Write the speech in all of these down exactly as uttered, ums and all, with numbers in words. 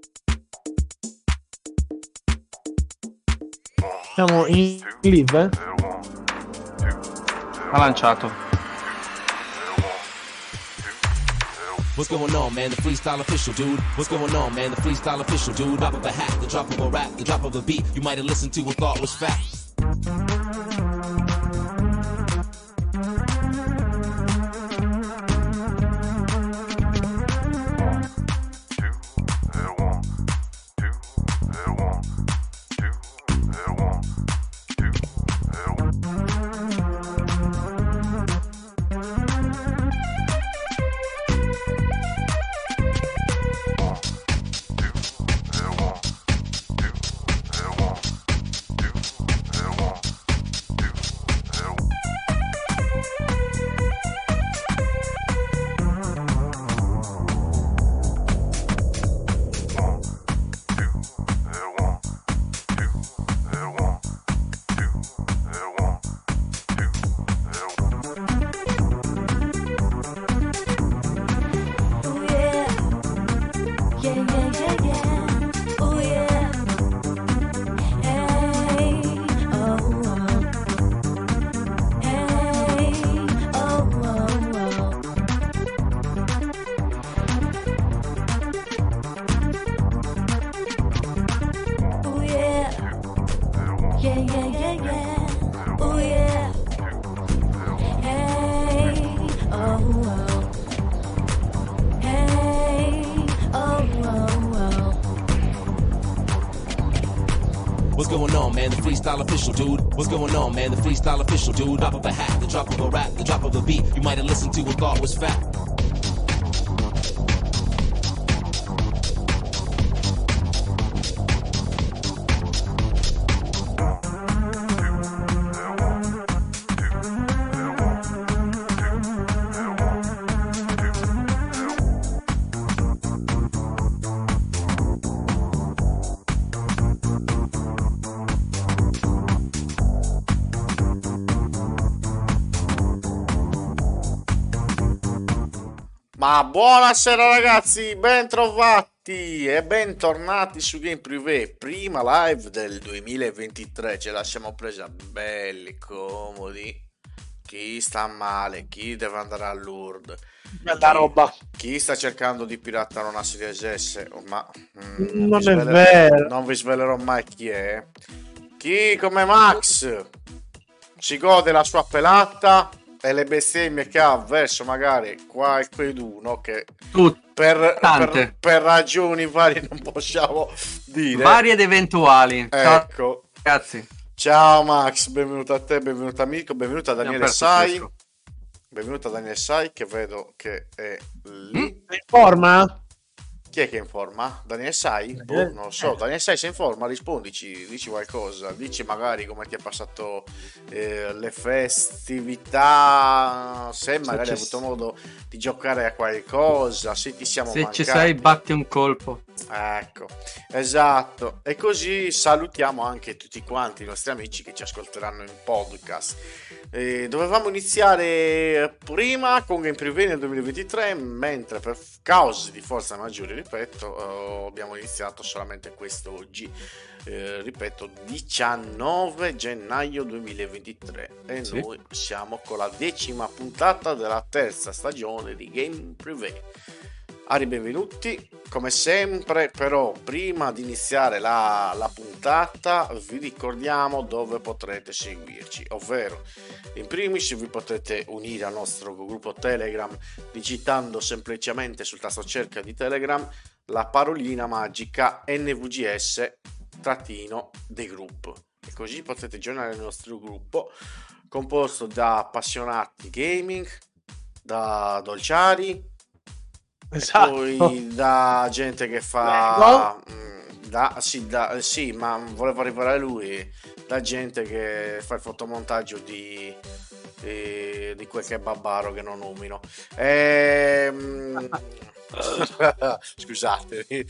Siamo in live, eh? Ha lanciato. What's going on, man? The freestyle official, dude. What's going on, man? The freestyle official, dude. Drop of a hat, the drop of a rap, the drop of a beat. You might have listened to and thought was fact. Freestyle official, dude. What's going on, man? The freestyle official, dude. Drop of a hat, the drop of a rap, the drop of a beat. You might have listened to and thought was fact. Ma buonasera ragazzi, ben trovati e bentornati su Game Privé, prima live del duemilaventitré. Ce la siamo presa belli, comodi. Chi sta male, chi deve andare a Lourdes, Bella roba. chi sta cercando di piratare una Series S, ma mm, non, non vi è sveler- vero. non vi svelerò mai chi è. Chi come Max si gode la sua pelata e le bestemmie che ha verso magari qualcuno che per, per, per ragioni varie non possiamo dire, varie ed eventuali. Ecco, ragazzi. Ciao Max, benvenuto a te, benvenuto amico, benvenuto a Daniele Sai, benvenuto a Daniele Sai che vedo che è lì. Sei in forma? Chi è che è in forma? Daniele Sai? Boh, non lo so. Daniele Sai, sei in forma? Rispondici, dici qualcosa. Dici magari come ti è passato eh, le festività, se magari hai avuto modo di giocare a qualcosa, se ti siamo se mancati. Se ci sei, batti un colpo. Ecco, esatto. E così salutiamo anche tutti quanti i nostri amici che ci ascolteranno in podcast. Eh, dovevamo iniziare prima con Game Privé nel duemilaventitré, mentre per cause di forza maggiore, ripeto, eh, abbiamo iniziato solamente questo oggi, eh, ripeto, diciannove gennaio duemilaventitré, e sì. Noi siamo con la decima puntata della terza stagione di Game Privé. Ari, benvenuti. Come sempre, però, prima di iniziare la, la puntata, vi ricordiamo dove potrete seguirci, ovvero, in primis vi potrete unire al nostro gruppo Telegram digitando semplicemente sul tasto cerca di Telegram la parolina magica N V G S trattino The Group, e così potrete joinare il nostro gruppo composto da appassionati gaming, da dolciari, esatto. poi da gente che fa mh, da, sì, da, sì, ma volevo arrivare a lui, da gente che fa il fotomontaggio di di, di quel kebabaro che non nomino. Ehm... Scusatemi.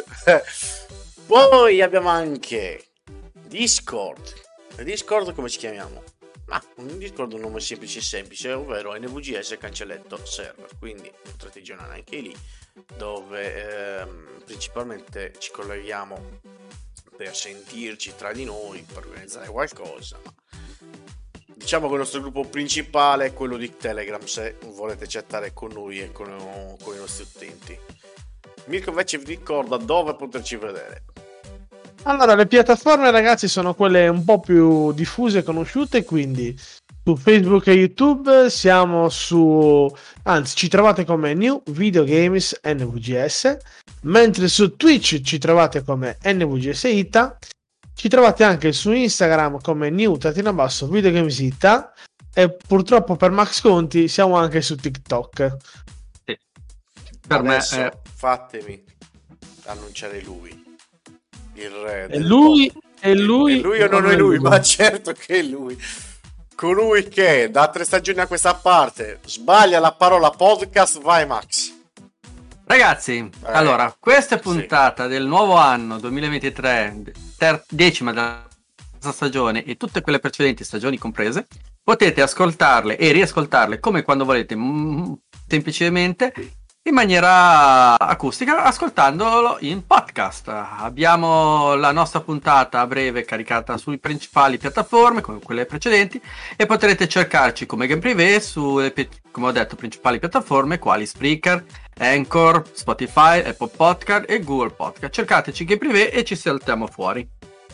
Poi abbiamo anche Discord. Discord come ci chiamiamo? Ma un Discord è un nome semplice e semplice, ovvero N V G S cancelletto server, quindi potrete joinare anche lì, dove ehm, principalmente ci colleghiamo per sentirci tra di noi, per organizzare qualcosa, ma diciamo che il nostro gruppo principale è quello di Telegram, se volete chattare con noi e con, con i nostri utenti. Mirko invece vi ricorda dove poterci vedere. Allora, le piattaforme, ragazzi, sono quelle un po' più diffuse e conosciute, quindi su Facebook e YouTube siamo su... anzi, ci trovate come New Video Games N V G S, mentre su Twitch ci trovate come N V G S Ita, ci trovate anche su Instagram come New Tatina Basso Video Games Ita, e purtroppo per Max Conti siamo anche su TikTok. Sì. Per Adesso me è... fatemi annunciare lui. Il re E lui, e lui, e lui o non è lui, ma certo che è lui. Colui che da tre stagioni a questa parte sbaglia la parola podcast. Vai Max. Ragazzi, eh, allora, questa è sì. puntata del nuovo anno duemilaventitré, ter- decima della terza stagione e tutte quelle precedenti stagioni comprese. Potete ascoltarle e riascoltarle come quando volete, mm, semplicemente in maniera acustica, ascoltandolo in podcast. Abbiamo la nostra puntata a breve caricata sulle principali piattaforme come quelle precedenti, e potrete cercarci come Game Privé sulle, come ho detto, principali piattaforme quali Spreaker, Anchor, Spotify, Apple Podcast e Google Podcast. Cercateci Game Privé e ci saltiamo fuori.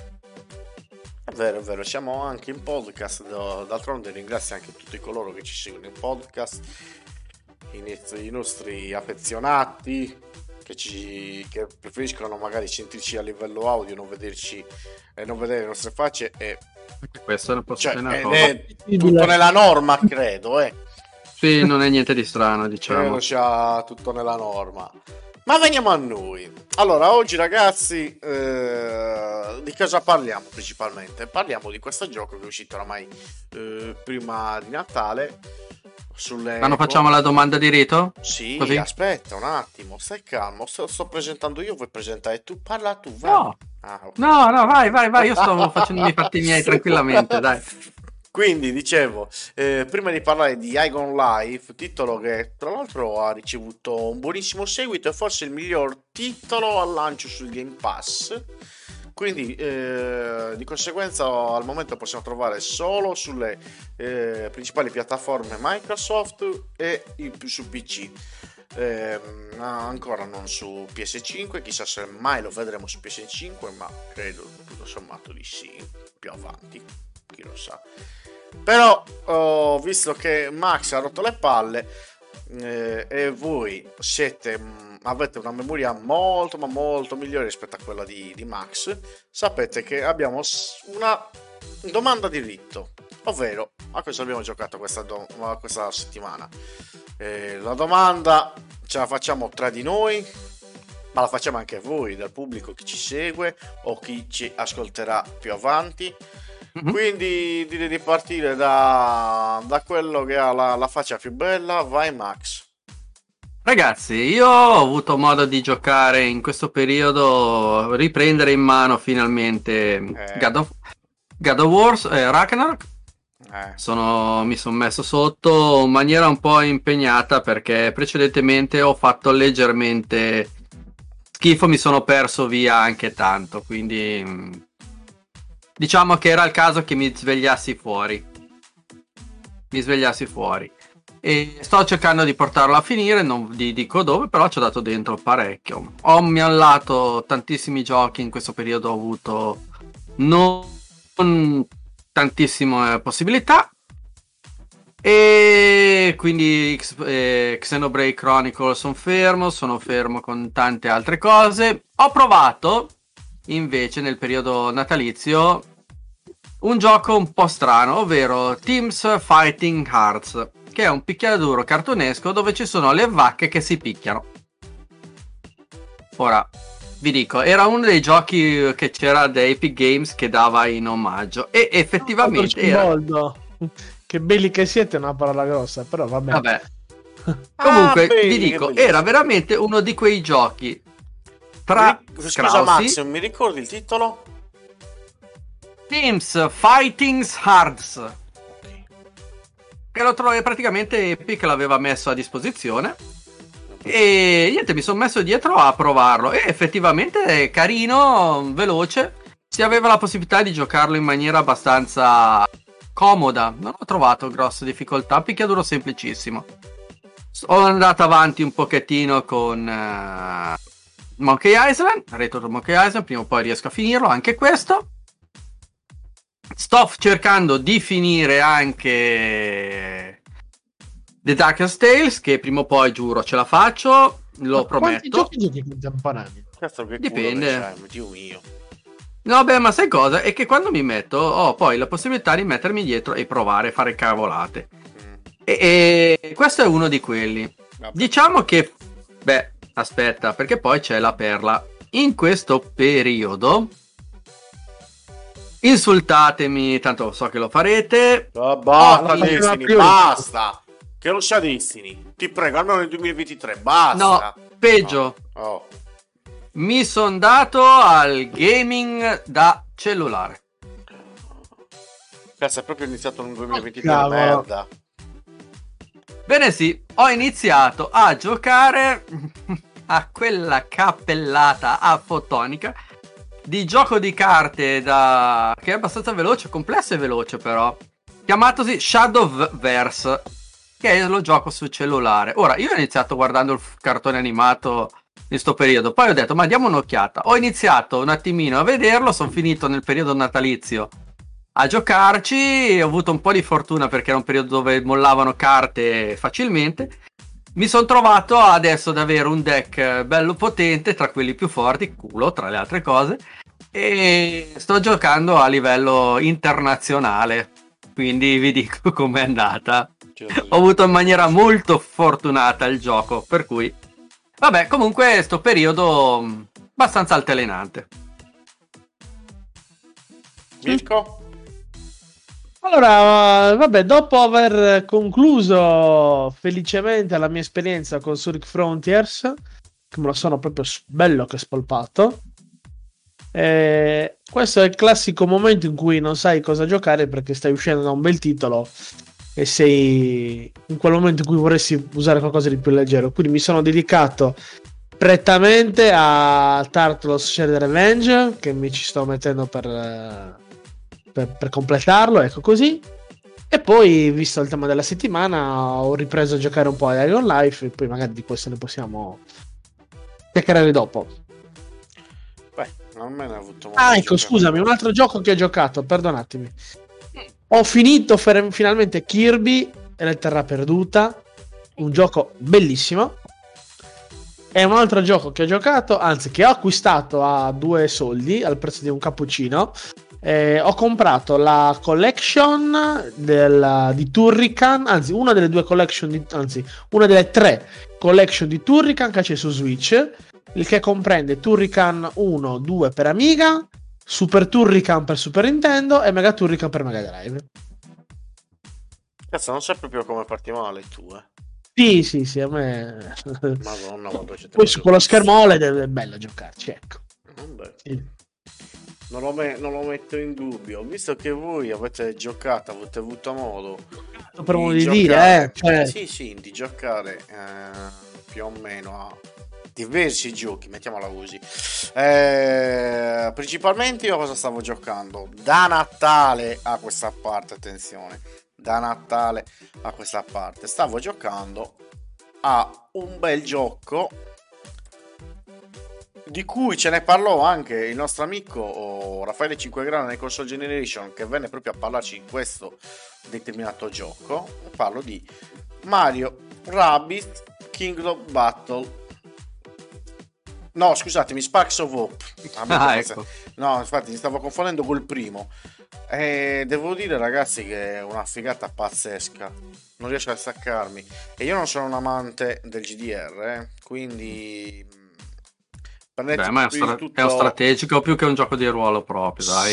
È vero, è vero, siamo anche in podcast. D'altronde ringrazio anche tutti coloro che ci seguono in podcast, i nostri affezionati che, ci, che preferiscono magari sentirci a livello audio, non vederci e non vedere le nostre facce, e Questo non posso cioè, dire una è, cosa. è tutto nella norma, credo, eh. Sì, non è niente di strano, diciamo. Credo sia tutto nella norma. Ma veniamo a noi. Allora, oggi ragazzi, eh, di cosa parliamo principalmente? Parliamo di questo gioco che è uscito oramai eh, prima di Natale. Sulle... Ma non facciamo la domanda di rito? Sì, Così? aspetta un attimo, stai calmo, sto, sto presentando io, vuoi presentare tu? Parla tu, vai. No, Ah, ok. no, no, vai, vai, vai, io sto facendo i fatti miei tranquillamente, dai. Quindi dicevo, eh, prima di parlare di Igon Life, titolo che tra l'altro ha ricevuto un buonissimo seguito e forse il miglior titolo al lancio sul Game Pass, quindi eh, di conseguenza al momento possiamo trovare solo sulle eh, principali piattaforme Microsoft e su P C. Eh, ancora non su P S cinque, chissà se mai lo vedremo su P S cinque, ma credo tutto sommato di sì, più avanti, chi lo sa. Però oh, visto che Max ha rotto le palle eh, e voi siete mh, avete una memoria molto ma molto migliore rispetto a quella di, di Max, sapete che abbiamo una domanda di rito, ovvero a cosa abbiamo giocato questa, do- questa settimana. Eh, la domanda ce la facciamo tra di noi, ma la facciamo anche a voi, dal pubblico, chi ci segue o chi ci ascolterà più avanti. Mhm. Quindi direi di partire da, da quello che ha la, la faccia più bella. Vai Max. Ragazzi, io ho avuto modo di giocare in questo periodo, riprendere in mano finalmente Eh. God of, God of War, eh, Ragnarok. Eh, Sono, mi sono messo sotto in maniera un po' impegnata perché precedentemente ho fatto leggermente schifo, mi sono perso via anche tanto, quindi mh, diciamo che era il caso che mi svegliassi fuori. Mi svegliassi fuori. E sto cercando di portarlo a finire, non vi dico dove, però ci ho dato dentro parecchio. Ho miallato tantissimi giochi in questo periodo, ho avuto non tantissime possibilità. E quindi X- eh, Xenoblade Chronicles sono fermo, sono fermo con tante altre cose. Ho provato invece nel periodo natalizio un gioco un po' strano, ovvero Teams Fighting Hearts, che è un picchiaduro cartonesco dove ci sono le vacche che si picchiano. Ora, vi dico, era uno dei giochi che c'era da Epic Games che dava in omaggio e effettivamente era... Boldo. Che belli che siete, è una parola grossa, però vabbè. Vabbè. Comunque, Ah, belli, vi che dico, bellissimo. era veramente uno di quei giochi tra Mi- Scusa Krausi, Max, mi ricordi il titolo? Teams Fighting Hearts, che lo trovo praticamente Epic l'aveva messo a disposizione E niente, mi sono messo dietro a provarlo e effettivamente è carino, veloce. Si aveva la possibilità di giocarlo in maniera abbastanza comoda, non ho trovato grosse difficoltà, picchiaduro semplicissimo. Ho andato avanti un pochettino con uh, Monkey Island, Return to Monkey Island, prima o poi riesco a finirlo anche questo. Sto cercando di finire anche The Darkest Tales, che prima o poi giuro ce la faccio, lo Ma prometto. quanti giochi giochi contemporanei? Cazzo, che Dipende. culo che c'hai, Dio mio. No, beh, ma sai cosa? È che quando mi metto ho poi la possibilità di mettermi dietro e provare a fare cavolate. Mm, E, e questo è uno di quelli. vabbè. Diciamo che, beh, aspetta, perché poi c'è la perla. In questo periodo, insultatemi, tanto so che lo farete. Ah, basta, Oh, non Destiny, faceva più. basta. Che lo sa Destiny. Ti prego, almeno nel duemilaventitré, basta. No, peggio. Oh. Oh. Mi sono dato al gaming da cellulare. Cazzo, è proprio iniziato nel duemilaventitré, Oh, cavolo. merda. Bene sì, ho iniziato a giocare a quella cappellata afotonica di gioco di carte da... che è abbastanza veloce, complesso e veloce però, chiamatosi Shadowverse, che lo gioco su cellulare. Ora, io ho iniziato guardando il f- cartone animato in sto periodo, poi ho detto ma diamo un'occhiata. Ho iniziato un attimino a vederlo, sono finito nel periodo natalizio a giocarci, ho avuto un po' di fortuna perché era un periodo dove mollavano carte facilmente. Mi sono trovato adesso ad avere un deck bello potente, tra quelli più forti, culo tra le altre cose, e sto giocando a livello internazionale, quindi vi dico com'è andata. Ho avuto in maniera molto fortunata il gioco, per cui vabbè, comunque sto periodo mh, abbastanza altalenante. Mirko? Allora, vabbè, dopo aver concluso felicemente la mia esperienza con Sonic Frontiers, che me lo sono proprio s- bello che spolpato, eh, questo è il classico momento in cui non sai cosa giocare perché stai uscendo da un bel titolo e sei in quel momento in cui vorresti usare qualcosa di più leggero. Quindi mi sono dedicato prettamente a Turtles Shred Revenge, che mi ci sto mettendo per... eh, per, per completarlo, ecco così. E poi, visto il tema della settimana, ho ripreso a giocare un po' a Iron Life e poi magari di questo ne possiamo chiacchierare dopo. Beh, non me ne ho avuto modo Ah, di ecco, giocare. scusami, un altro gioco che ho giocato, perdonatemi. Ho finito fer- finalmente Kirby e la Terra Perduta, un gioco bellissimo. È un altro gioco che ho giocato, anzi che ho acquistato a due soldi, al prezzo di un cappuccino. Eh, ho comprato la collection del, di Turrican, anzi una delle due collection, di, anzi una delle tre collection di Turrican che c'è su Switch, il che comprende Turrican uno, due per Amiga, Super Turrican per Super Nintendo e Mega Turrican per Mega Drive. Cazzo, non sai proprio come parti male tu, eh. Sì, sì, sì, a me... Madonna, quando c'è Poi su quello schermo O L E D è bello giocarci, ecco. Vabbè. Sì. Non lo, me- non lo metto in dubbio, visto che voi avete giocato, avete avuto modo Per modo di giocare- dire, eh, cioè... sì, sì, di giocare eh, più o meno a diversi giochi, mettiamola così. Eh, principalmente io cosa stavo giocando? Da Natale a questa parte, attenzione, da Natale a questa parte stavo giocando a un bel gioco di cui ce ne parlò anche il nostro amico oh, Raffaele cinque Grana nel Console Generation, che venne proprio a parlarci in questo determinato gioco. Parlo di Mario Rabbids Kingdom Battle. No, scusatemi, Sparks of Hope. Ah, ecco. No, infatti mi stavo confondendo col primo. E devo dire, ragazzi, che è una figata pazzesca. Non riesco a staccarmi. E io non sono un amante del G D R, eh, quindi prendete Beh, ma è un, il stra- tutto- è un strategico più che un gioco di ruolo proprio, dai.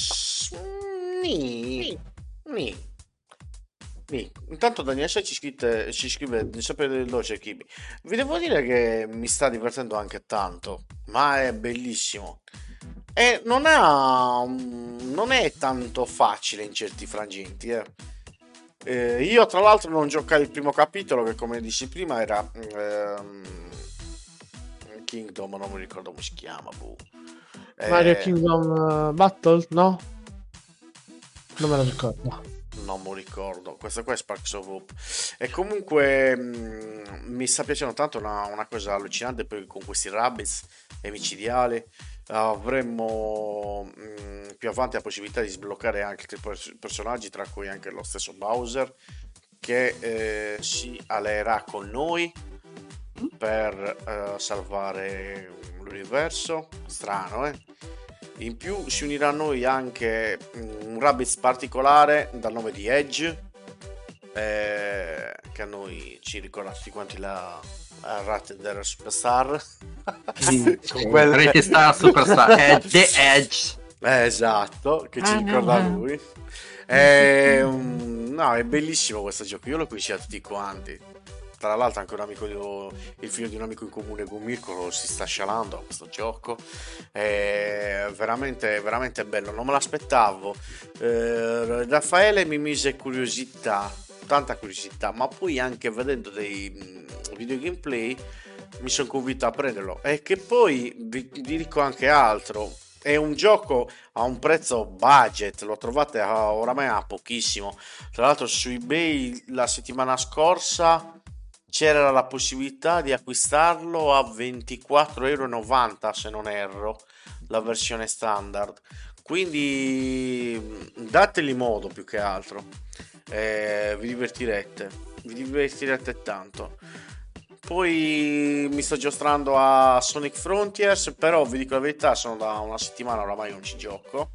Ni. Ni. Ni. Intanto Daniele ci, scrive, ci scrive sempre del dolce Kibi. Vi devo dire che mi sta divertendo anche tanto, ma è bellissimo. E non ha non è tanto facile in certi frangenti, eh. Eh, io tra l'altro non giocai il primo capitolo che, come dici prima, era ehm, Kingdom, non mi ricordo come si chiama. Boh. Mario Eh, Kingdom uh, Battle? No? Non me lo ricordo. non mi ricordo. Questo qua è Sparks of Hope. E comunque mh, mi sta piacendo tanto, una, una cosa allucinante, perché con questi Rabbids è micidiale. Avremmo mh, più avanti la possibilità di sbloccare anche altri pers- personaggi, tra cui anche lo stesso Bowser, che eh, si alleerà con noi per eh, salvare l'universo. Strano, eh? In più si unirà a noi anche un Rabbids particolare dal nome di Edge, eh, che a noi ci ricorda tutti quanti la, la Rat della Superstar. Con quel Rete Star Superstar è The Edge. Eh, esatto, che ci ricorda lui. È, um, no, è bellissimo questo gioco, io lo conosco a tutti quanti. Tra l'altro anche un amico di, il figlio di un amico in comune con Mirko si sta scialando a questo gioco. È veramente, veramente bello, non me l'aspettavo. eh, Raffaele mi mise curiosità, tanta curiosità, ma poi anche vedendo dei mm, video gameplay mi sono convinto a prenderlo. E che poi vi, vi dico anche altro, è un gioco a un prezzo budget, lo trovate a, oramai a pochissimo. Tra l'altro su eBay la settimana scorsa c'era la possibilità di acquistarlo a ventiquattro e novanta euro, se non erro, la versione standard. Quindi dateli modo, più che altro, eh, vi divertirete, vi divertirete tanto. Poi mi sto giostrando a Sonic Frontiers, però vi dico la verità, sono da una settimana oramai non ci gioco.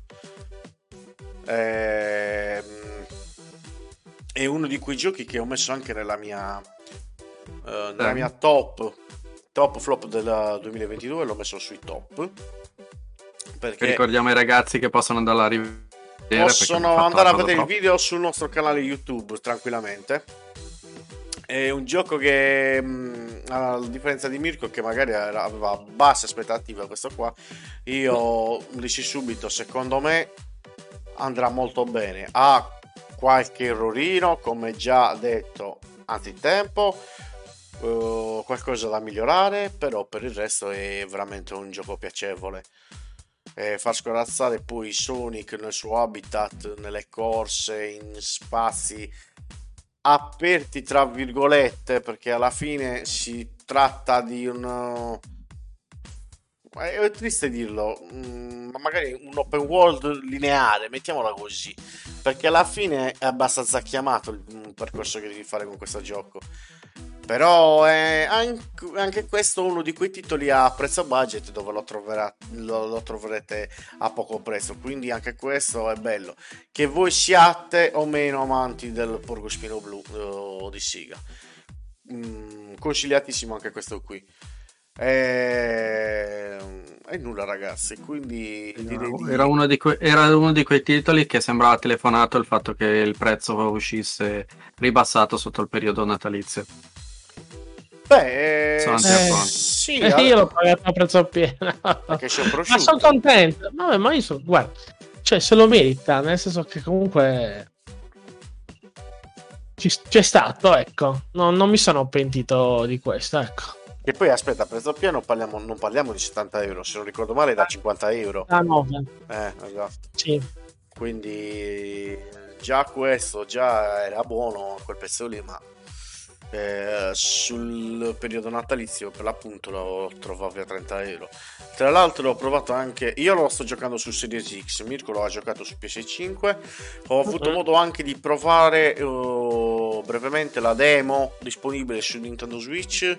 Eh, è uno di quei giochi che ho messo anche nella mia Uh, nella mia top top flop del duemilaventidue, l'ho messo sui top, perché ricordiamo ai ragazzi che possono andare a rivedere, possono andare a vedere il video sul nostro canale YouTube tranquillamente. È un gioco che mh, a differenza di Mirko, che magari aveva basse aspettative, questo qua io dici subito, secondo me andrà molto bene. Ha qualche errorino, come già detto anzitempo, Uh, qualcosa da migliorare, però per il resto è veramente un gioco piacevole. E far scorazzare poi Sonic nel suo habitat, nelle corse, in spazi aperti tra virgolette, perché alla fine si tratta di un, è triste dirlo, ma magari un open world lineare, mettiamola così, perché alla fine è abbastanza chiamato il percorso che devi fare con questo gioco. Però è anche, anche questo uno di quei titoli a prezzo budget, dove lo, troverà, lo, lo troverete a poco prezzo, quindi anche questo è bello, che voi siate o meno amanti del Porcospino Blu o di Sega. Mm, consigliatissimo anche questo qui. E, e nulla ragazzi, quindi era, di... era, uno di que- era uno di quei titoli che sembrava telefonato il fatto che il prezzo uscisse ribassato sotto il periodo natalizio. Beh, sono eh, sì, eh, io l'ho pagato a prezzo pieno, perché c'è un ma prosciutto. sono contento. Vabbè, ma io sono, guarda, cioè se lo merita, nel senso che comunque ci, c'è stato, ecco, no, non mi sono pentito di questo, ecco. E poi aspetta, a prezzo pieno parliamo, non parliamo di settanta euro, se non ricordo male da cinquanta euro. Ah, nove. Eh, esatto. Sì. Quindi già questo già era buono quel pezzo lì, ma eh, sul periodo natalizio per l'appunto lo trovavo a trenta euro. Tra l'altro l'ho provato anche, io lo sto giocando su Series X, Mirko lo ha giocato su P S cinque, ho avuto uh-huh. modo anche di provare uh, brevemente la demo disponibile su Nintendo Switch.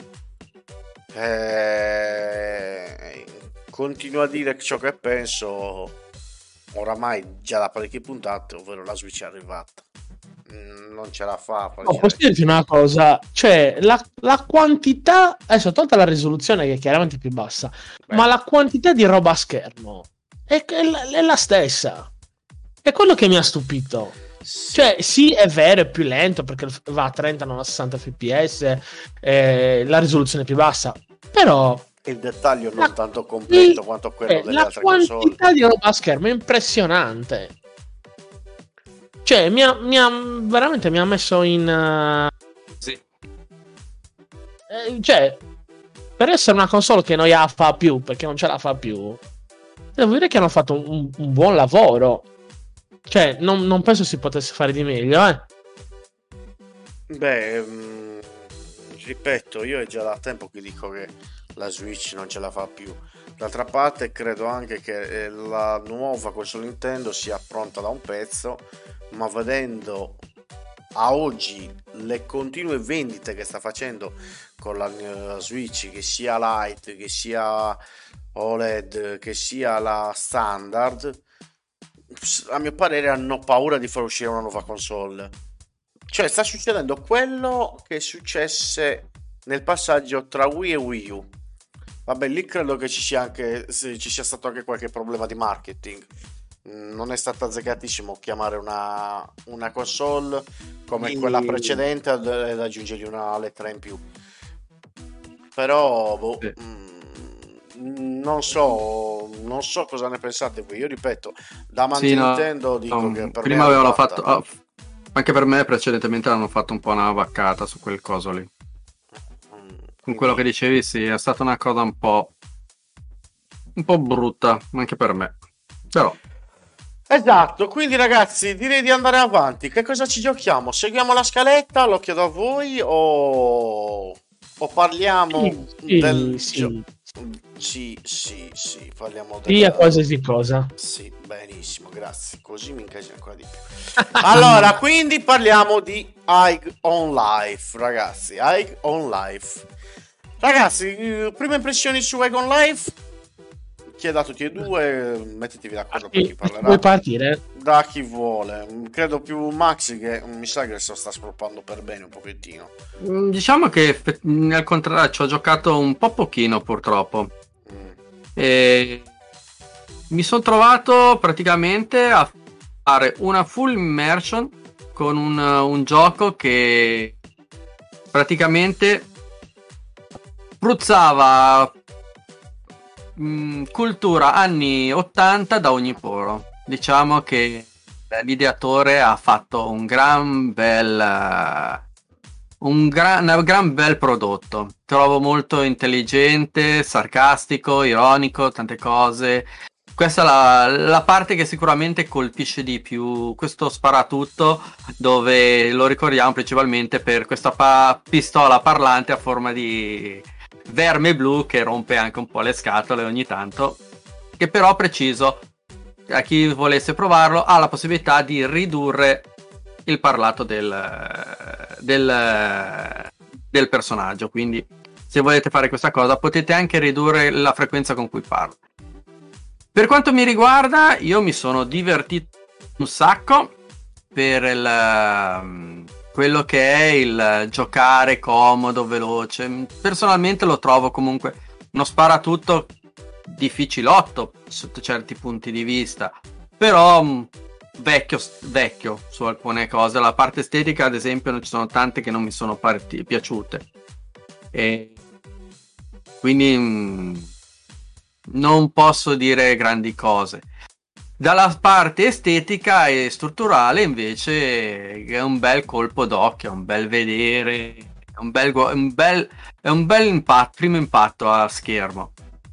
Eh, continuo a dire ciò che penso oramai già da parecchie puntate, ovvero la Switch è arrivata, non ce la fa. Oh, posso dirti una cosa, cioè la, la quantità, adesso tolta la risoluzione che è chiaramente più bassa, Beh. ma la quantità di roba a schermo è, è, la, è la stessa, è quello che mi ha stupito. Sì. Cioè sì, è vero, è più lento perché va a trenta non a sessanta fps, eh, la risoluzione è più bassa, però il dettaglio non la, tanto completo il, quanto quello eh, delle altre console. La quantità di roba a schermo è impressionante. Cioè, mi ha, mi ha veramente mi ha messo in... Uh, Sì. eh, cioè, per essere una console che non la fa più, perché non ce la fa più, devo dire che hanno fatto un, un buon lavoro. Cioè, non, non penso si potesse fare di meglio, eh. Beh, mh, ripeto, io è già da tempo che dico che la Switch non ce la fa più. D'altra parte credo anche che la nuova console Nintendo sia pronta da un pezzo, ma vedendo a oggi le continue vendite che sta facendo con la, la Switch, che sia Lite, che sia O L E D, che sia la standard, a mio parere hanno paura di far uscire una nuova console. Cioè sta succedendo quello che successe nel passaggio tra Wii e Wii U. Vabbè, lì credo che ci sia anche ci sia stato anche qualche problema di marketing. Non è stato azzeccatissimo chiamare una, una console come Sì. quella precedente ed aggiungergli una lettera in più. Però boh, Sì. mh, non so non so cosa ne pensate voi. Io ripeto, da amante Sì, no, Nintendo dico no, che per prima me avevano fatta. fatto, oh, anche per me precedentemente hanno fatto un po' una vaccata su quel coso lì. Con quello che dicevi, sì, è stata una cosa un po' un po' brutta anche per me. Però Esatto, quindi ragazzi direi di andare avanti. Che cosa ci giochiamo? Seguiamo la scaletta, lo chiedo a voi o, o parliamo Sì, del sì. gio- sì, sì, sì, parliamo del... Via qualsiasi cosa. Sì, benissimo, grazie. Così mi incasino ancora di più. Allora, quindi parliamo di High on Life, ragazzi. High on Life. Ragazzi, eh, prime impressioni su High on Life? Chiedo a tutti e due, mettetevi d'accordo per chi parlerà. Vuoi partire? Da chi vuole. Credo più Max che mi sa che se lo sta sfruttando per bene un pochettino. mm, diciamo che fe- al contrario ci ho giocato un po' pochino purtroppo. Mm. E mi sono trovato praticamente a fare una full immersion con un, un gioco che praticamente spruzzava mh, cultura anni ottanta da ogni poro. Diciamo che l'ideatore ha fatto un gran bel eh, un gran, un gran bel prodotto. Trovo molto intelligente, sarcastico, ironico, tante cose. Questa è la, la parte che sicuramente colpisce di più questo sparatutto, dove lo ricordiamo principalmente per questa pa- pistola parlante a forma di verme blu che rompe anche un po' le scatole ogni tanto, che però preciso, a chi volesse provarlo ha la possibilità di ridurre il parlato del, del, del personaggio, quindi se volete fare questa cosa potete anche ridurre la frequenza con cui parla. Per quanto mi riguarda, io mi sono divertito un sacco per il, quello che è il giocare comodo, veloce. Personalmente lo trovo comunque uno sparatutto difficilotto sotto certi punti di vista, però vecchio, vecchio su alcune cose. La parte estetica, ad esempio, non ci sono tante che non mi sono parti- piaciute. E quindi mh, non posso dire grandi cose. Dalla parte estetica e strutturale invece è un bel colpo d'occhio, è un bel vedere, è un bel, gu- un bel, è un bel impatto, primo impatto a schermo.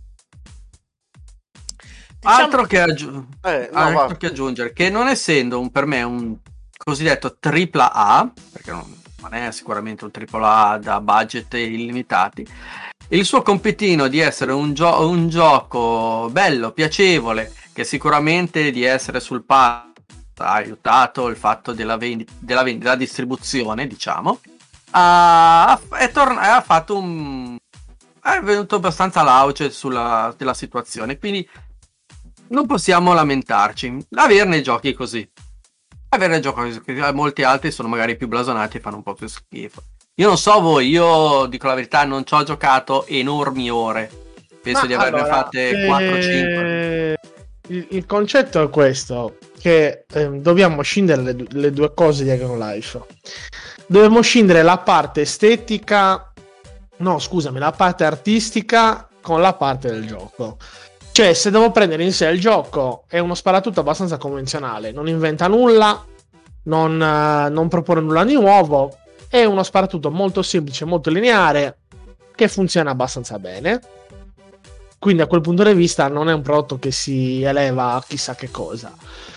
Diciamo Altro che, aggiu- Eh, no, altro va. che aggiungere, che non essendo un, per me un cosiddetto tripla A, perché non, non è sicuramente un tripla A da budget illimitati, il suo compitino di essere un, gio- un gioco bello, piacevole, che sicuramente di essere sul pad ha aiutato il fatto della, vendi- della vendita, della distribuzione, diciamo, ha, è torn- ha fatto un... è venuto abbastanza all'auge sulla della situazione, quindi non possiamo lamentarci. Averne giochi così. Averne giochi così. Molti altri sono magari più blasonati e fanno un po' più schifo. Io non so voi, io dico la verità, non ci ho giocato enormi ore. Penso Ma di averne allora, fatte quattro cinque. eh, il, il concetto è questo, che eh, dobbiamo scindere le, du- le due cose di Dragon Life. Dobbiamo scindere la parte estetica, no scusami, la parte artistica con la parte del gioco. Cioè, se devo prendere in sé il gioco, è uno sparatutto abbastanza convenzionale, non inventa nulla, non, uh, non propone nulla di nuovo, è uno sparatutto molto semplice, molto lineare, che funziona abbastanza bene. Quindi a quel punto di vista non è un prodotto che si eleva a chissà che cosa.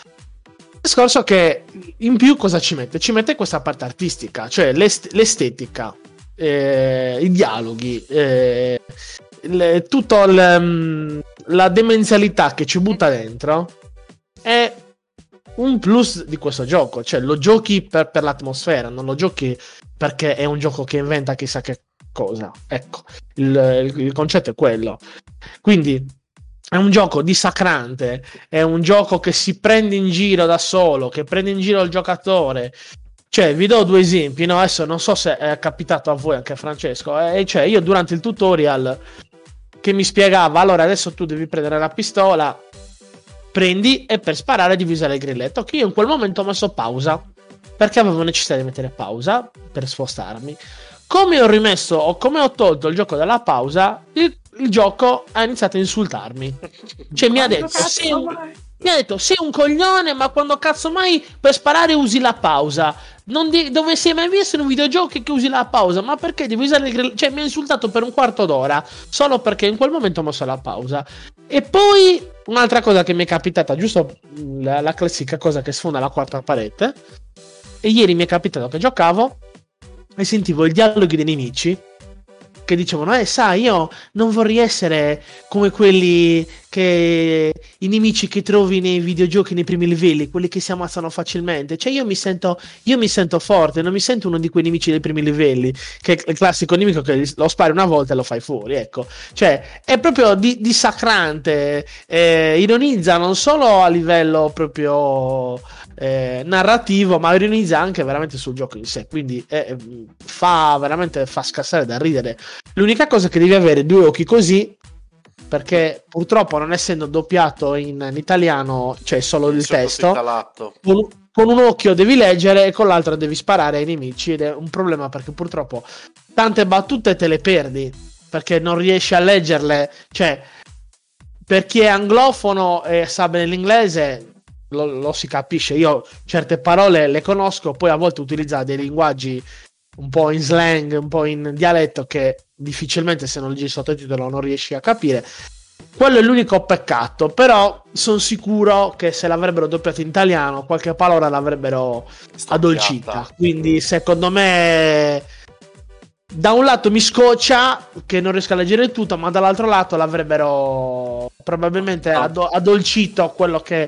Il discorso è che in più cosa ci mette? Ci mette questa parte artistica, cioè l'est- l'estetica, eh, i dialoghi, eh, le, tutto il, la demenzialità che ci butta dentro è un plus di questo gioco. Cioè lo giochi per, per l'atmosfera, non lo giochi perché è un gioco che inventa chissà che cosa. Ecco, il, il, il concetto è quello. Quindi è un gioco dissacrante, è un gioco che si prende in giro da solo, che prende in giro il giocatore. Cioè, vi do due esempi, no? Adesso non so se è capitato a voi, anche a Francesco. Eh, cioè, io durante il tutorial che mi spiegava, allora adesso tu devi prendere la pistola, prendi e per sparare devi usare il grilletto, che io in quel momento ho messo pausa, perché avevo necessità di mettere pausa per spostarmi. Come ho rimesso o come ho tolto il gioco dalla pausa, il, il gioco ha iniziato a insultarmi. Cioè mi ha detto sei un, mi ha detto sei un coglione, ma quando cazzo mai per sparare usi la pausa? Non di, dove sei mai visto in un videogioco che usi la pausa? Ma perché devi usare il grill? Cioè mi ha insultato per un quarto d'ora solo perché in quel momento ho messo la pausa. E poi un'altra cosa che mi è capitata, giusto la, la classica cosa che sfonda la quarta parete. E ieri mi è capitato che giocavo e sentivo i dialoghi dei nemici che dicevano eh sai io non vorrei essere come quelli che i nemici che trovi nei videogiochi nei primi livelli, quelli che si ammazzano facilmente. Cioè io mi sento io mi sento forte, non mi sento uno di quei nemici dei primi livelli che è il classico nemico che lo spari una volta e lo fai fuori, ecco. Cioè è proprio di, dissacrante, eh, ironizza non solo a livello proprio Eh, narrativo, ma ironizza anche veramente sul gioco in sé, quindi eh, fa veramente fa scassare da ridere. L'unica cosa è che devi avere due occhi così, perché purtroppo non essendo doppiato in, in italiano c'è solo il, il testo, con, con un occhio devi leggere e con l'altro devi sparare ai nemici, ed è un problema perché purtroppo tante battute te le perdi perché non riesci a leggerle. Cioè per chi è anglofono e sa bene l'inglese Lo, lo si capisce. Io certe parole le conosco, poi a volte utilizza dei linguaggi un po' in slang, un po' in dialetto che difficilmente se non leggi il sottotitolo non riesci a capire. Quello è l'unico peccato, però sono sicuro che se l'avrebbero doppiato in italiano qualche parola l'avrebbero Stoppiata. addolcita, quindi secondo me da un lato mi scoccia che non riesco a leggere tutto, ma dall'altro lato l'avrebbero probabilmente no. ad- addolcito quello che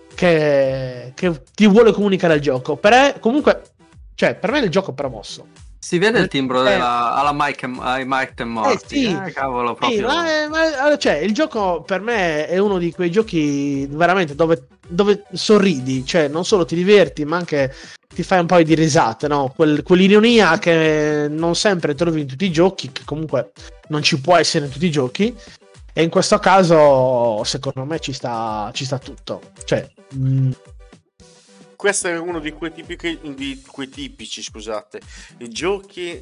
Che, che ti vuole comunicare il gioco. Per, comunque, cioè, per me il gioco è promosso. Si vede il timbro eh, della, alla Mike, Mike and Morty. Eh, sì, eh, cavolo, proprio. Sì, ma, ma, cioè, il gioco per me è uno di quei giochi veramente dove, dove sorridi, cioè non solo ti diverti, ma anche ti fai un paio di risate, no? Quel, quell'ironia che non sempre trovi in tutti i giochi, che comunque non ci può essere in tutti i giochi. E in questo caso, secondo me, ci sta, ci sta tutto. Cioè, mh... questo è uno di quei tipici, di quei tipici, scusate, i giochi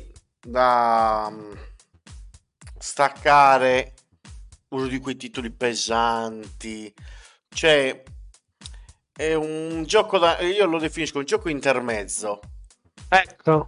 da staccare, uno di quei titoli pesanti. Cioè, è un gioco da, io lo definisco un gioco intermezzo. Ecco.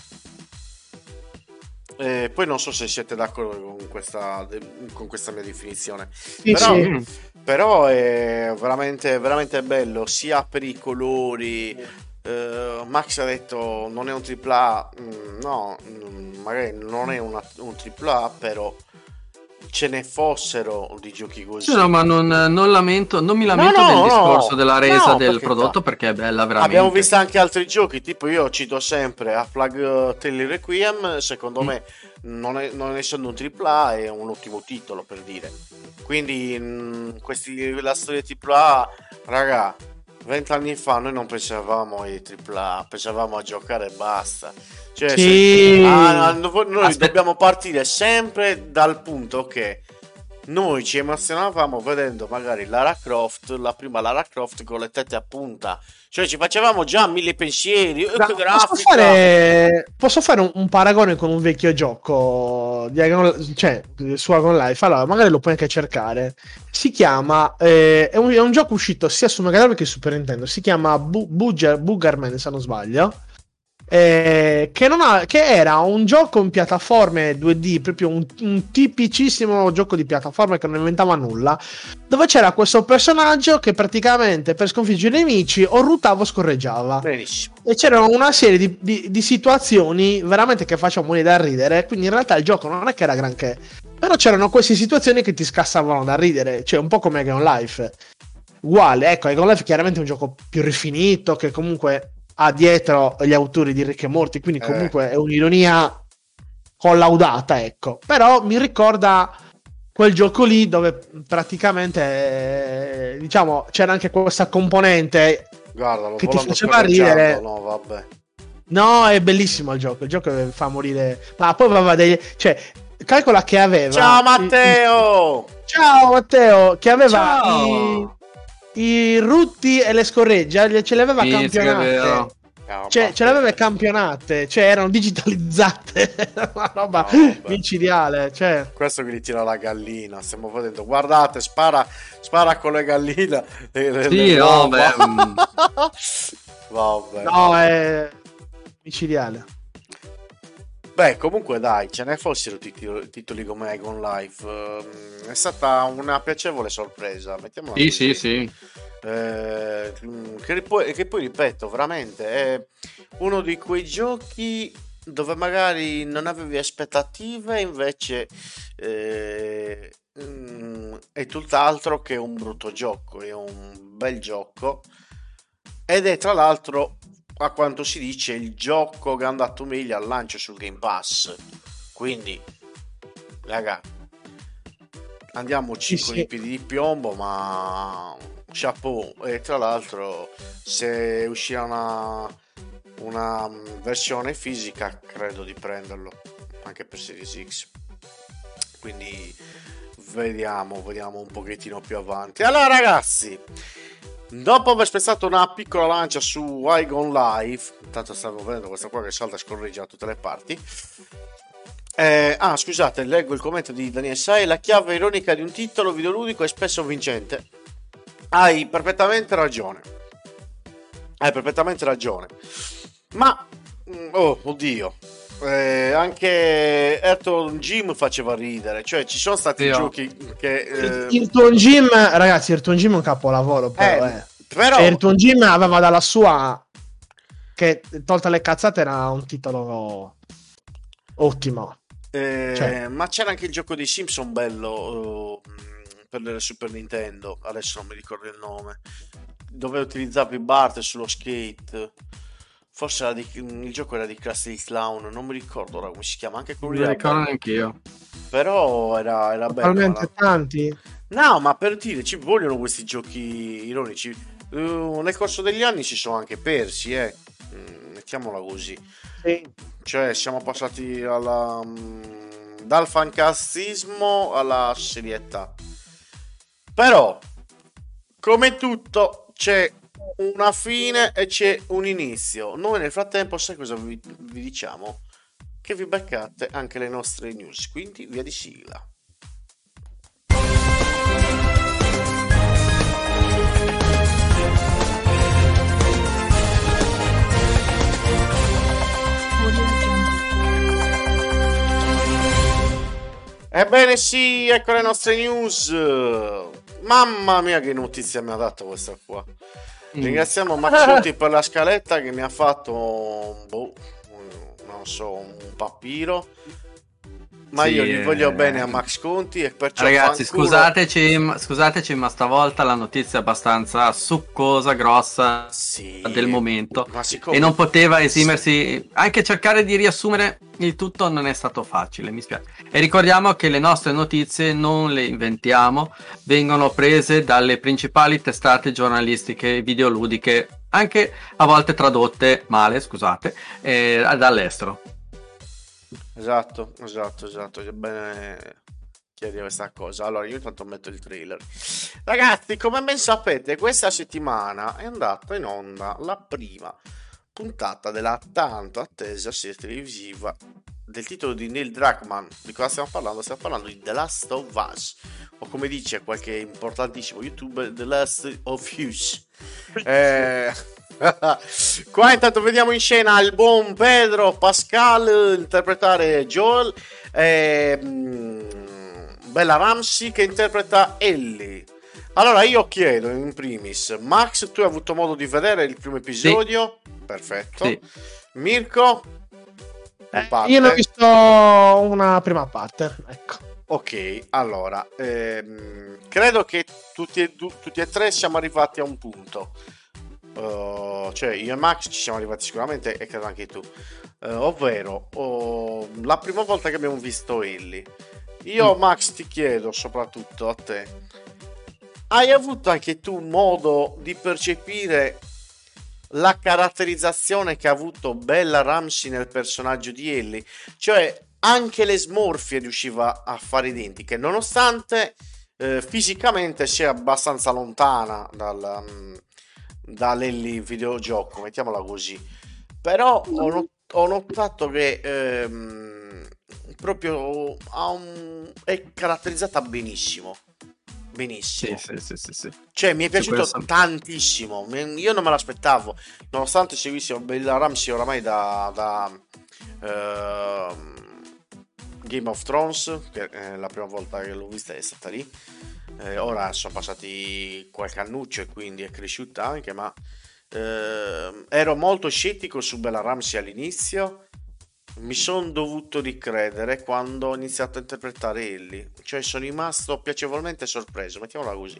Eh, poi non so se siete d'accordo con questa, con questa mia definizione, sì, però, sì. però è veramente, veramente bello sia per i colori. eh, Max ha detto non è un tripla A, mm, no, mm, magari non è una, un tripla A, però ce ne fossero di giochi così. Sì, no, ma non, non lamento, non mi lamento no, no, del discorso no, della resa no, del prodotto, perché è bella veramente. Abbiamo visto anche altri giochi, tipo io cito sempre A Plague Tale Requiem, secondo mm. me non, è, non essendo un tripla A è un ottimo titolo, per dire. Quindi mh, questi, la storia tripla A, raga, vent'anni fa noi non pensavamo ai tripla A, pensavamo a giocare e basta. Cioè, sì. se, ah, noi Aspetta. dobbiamo partire sempre dal punto che noi ci emozionavamo vedendo magari Lara Croft, la prima Lara Croft con le tette a punta, cioè ci facevamo già mille pensieri. Eh, No, che posso grafica! fare, posso fare un, un paragone con un vecchio gioco di Agon- cioè su Agon Life. Allora, magari lo puoi anche cercare. Si chiama eh, è, un, è un gioco uscito sia su Mega Drive che su Super Nintendo. Si chiama Bu- Booger- Boogerman, se non sbaglio. Eh, che, non ha, che era un gioco in piattaforme due D, proprio un, un tipicissimo gioco di piattaforme che non inventava nulla, dove c'era questo personaggio che praticamente per sconfiggere i nemici o ruotava o scorreggiava. Benissimo. E c'erano una serie di, di, di situazioni veramente che facevano morire da ridere. Quindi in realtà il gioco non è che era granché, però c'erano queste situazioni che ti scassavano da ridere, cioè un po' come Egon Life. Uguale, ecco, Egon Life è chiaramente un gioco più rifinito che comunque ha dietro gli autori di Rick e Morty, quindi comunque Eh. è un'ironia collaudata, ecco. Però mi ricorda quel gioco lì dove praticamente eh, diciamo c'era anche questa componente Guarda, lo che ti volando faceva ridere. scorreggiando, no, vabbè. No, è bellissimo il gioco, il gioco fa morire. Ma poi aveva dei, cioè, calcola che aveva Ciao i- Matteo! i- Ciao Matteo, che aveva Ciao! i, i rutti e le scorreggia, ce le aveva Sì, sì, che è campionate. vero. Ciao, Cioè, ce Matteo. l'aveva campionate, cioè erano digitalizzate. Una roba No, vabbè. micidiale, cioè. Questo che gli tira la gallina, stiamo vedendo. Guardate, spara, spara con le galline. Le, le- Sì, le no, uova. beh, mm. Vabbè. No, è micidiale. Beh, comunque dai, ce ne fossero titoli, titoli come Egon Life. ehm, È stata una piacevole sorpresa, mettiamola Sì, così. sì, sì. Eh, che, poi, che poi ripeto, veramente è uno di quei giochi dove magari non avevi aspettative, invece eh, mm, è tutt'altro che un brutto gioco, è un bel gioco ed è tra l'altro, a quanto si dice, il gioco che è andato meglio al lancio sul Game Pass. Quindi, raga, andiamoci Sì, con sì. i piedi di piombo, ma chapeau. E tra l'altro, se uscirà una, una mm, versione fisica, credo di prenderlo anche per Series X. Quindi vediamo, vediamo un pochettino più avanti. Allora, ragazzi, dopo aver spezzato una piccola lancia su Igon Life, intanto stavo vedendo questa qua che salta e scorreggia da tutte le parti. Eh, ah, scusate, leggo il commento di Daniel Sai. La chiave ironica di un titolo videoludico è spesso vincente. Hai perfettamente ragione. Hai perfettamente ragione. Ma, mm, oh, oddio. Eh, anche Ayrton Jim faceva ridere. Cioè, ci sono stati Sì, oh. giochi che. eh, Ayrton Jim, ragazzi, Ayrton Jim è un capolavoro, però, eh, eh. però. Cioè, Ayrton Jim aveva dalla sua, che tolte le cazzate era un titolo ottimo. Eh, Cioè. Ma c'era anche il gioco dei Simpson bello eh, per il Super Nintendo, adesso non mi ricordo il nome, dove utilizzavi Bart sullo skate. Forse era di- il gioco era di Krusty il Clown, non mi ricordo ora come si chiama, anche quello Non lì mi era ricordo bello. neanche io. Però era, era bello. Totalmente era- tanti. No, ma per dire, ci vogliono questi giochi ironici. Eh, nel corso degli anni si sono anche persi, eh. Mm, mettiamola così. Sì. Cioè, siamo passati alla, mm, dal fancazzismo alla serietà. Però, come tutto, c'è una fine e c'è un inizio. Noi nel frattempo, sai cosa vi, vi diciamo? Che vi beccate anche le nostre news. Quindi, via di sigla. Ebbene sì, ecco le nostre news. Mamma mia che notizia mi ha dato questa qua. Mm. Ringraziamo Maxuti per la scaletta che mi ha fatto, boh, non so, un papiro. Ma Sì, io gli voglio eh. bene a Max Conti e perciò Ragazzi, fanculo. scusateci, ma- scusateci, ma stavolta la notizia è abbastanza succosa, grossa Sì, del momento. ma siccome E non poteva esimersi. Anche cercare di riassumere il tutto non è stato facile, mi spiace. E ricordiamo che le nostre notizie non le inventiamo, vengono prese dalle principali testate giornalistiche videoludiche, anche a volte tradotte male, scusate, eh, dall'estero. Esatto, esatto, esatto. Ebbene, chiede questa cosa. Allora, io intanto metto il trailer. Ragazzi, come ben sapete, questa settimana è andata in onda la prima puntata della tanto attesa serie televisiva del titolo di Neil Druckmann. Di cosa stiamo parlando? Stiamo parlando di The Last of Us, o come dice qualche importantissimo youtuber, The Last of Us. Eh... Qua intanto vediamo in scena il buon Pedro Pascal interpretare Joel e Bella Ramsey che interpreta Ellie. Allora io chiedo in primis, Max, tu hai avuto modo di vedere il primo episodio? Sì. Perfetto. Sì. Mirko? Eh, io ne ho visto una prima parte, ecco. Ok, allora ehm, credo che tutti e, du- tutti e tre siamo arrivati a un punto. Uh, cioè io e Max ci siamo arrivati sicuramente e credo anche tu, uh, ovvero uh, la prima volta che abbiamo visto Ellie. Io mm. Max ti chiedo soprattutto a te, hai avuto anche tu modo di percepire la caratterizzazione che ha avuto Bella Ramsey nel personaggio di Ellie? Cioè anche le smorfie riusciva a fare identiche nonostante eh, fisicamente sia abbastanza lontana dal um, dall'Ellie videogioco, mettiamola così. Però ho, not- ho notato che ehm, proprio ha un- è caratterizzata benissimo. Benissimo. Sì, sì, sì, sì, sì. Cioè mi è piaciuto Sì, tantissimo. Io non me l'aspettavo, nonostante seguissi Bella Ramsey oramai da, da ehm, Game of Thrones, che è la prima volta che l'ho vista è stata lì. Eh, ora sono passati qualche annuccio e quindi è cresciuta anche, ma eh, ero molto scettico su Bella Ramsey all'inizio. Mi sono dovuto ricredere quando ho iniziato a interpretare Ellie, cioè sono rimasto piacevolmente sorpreso, mettiamola così.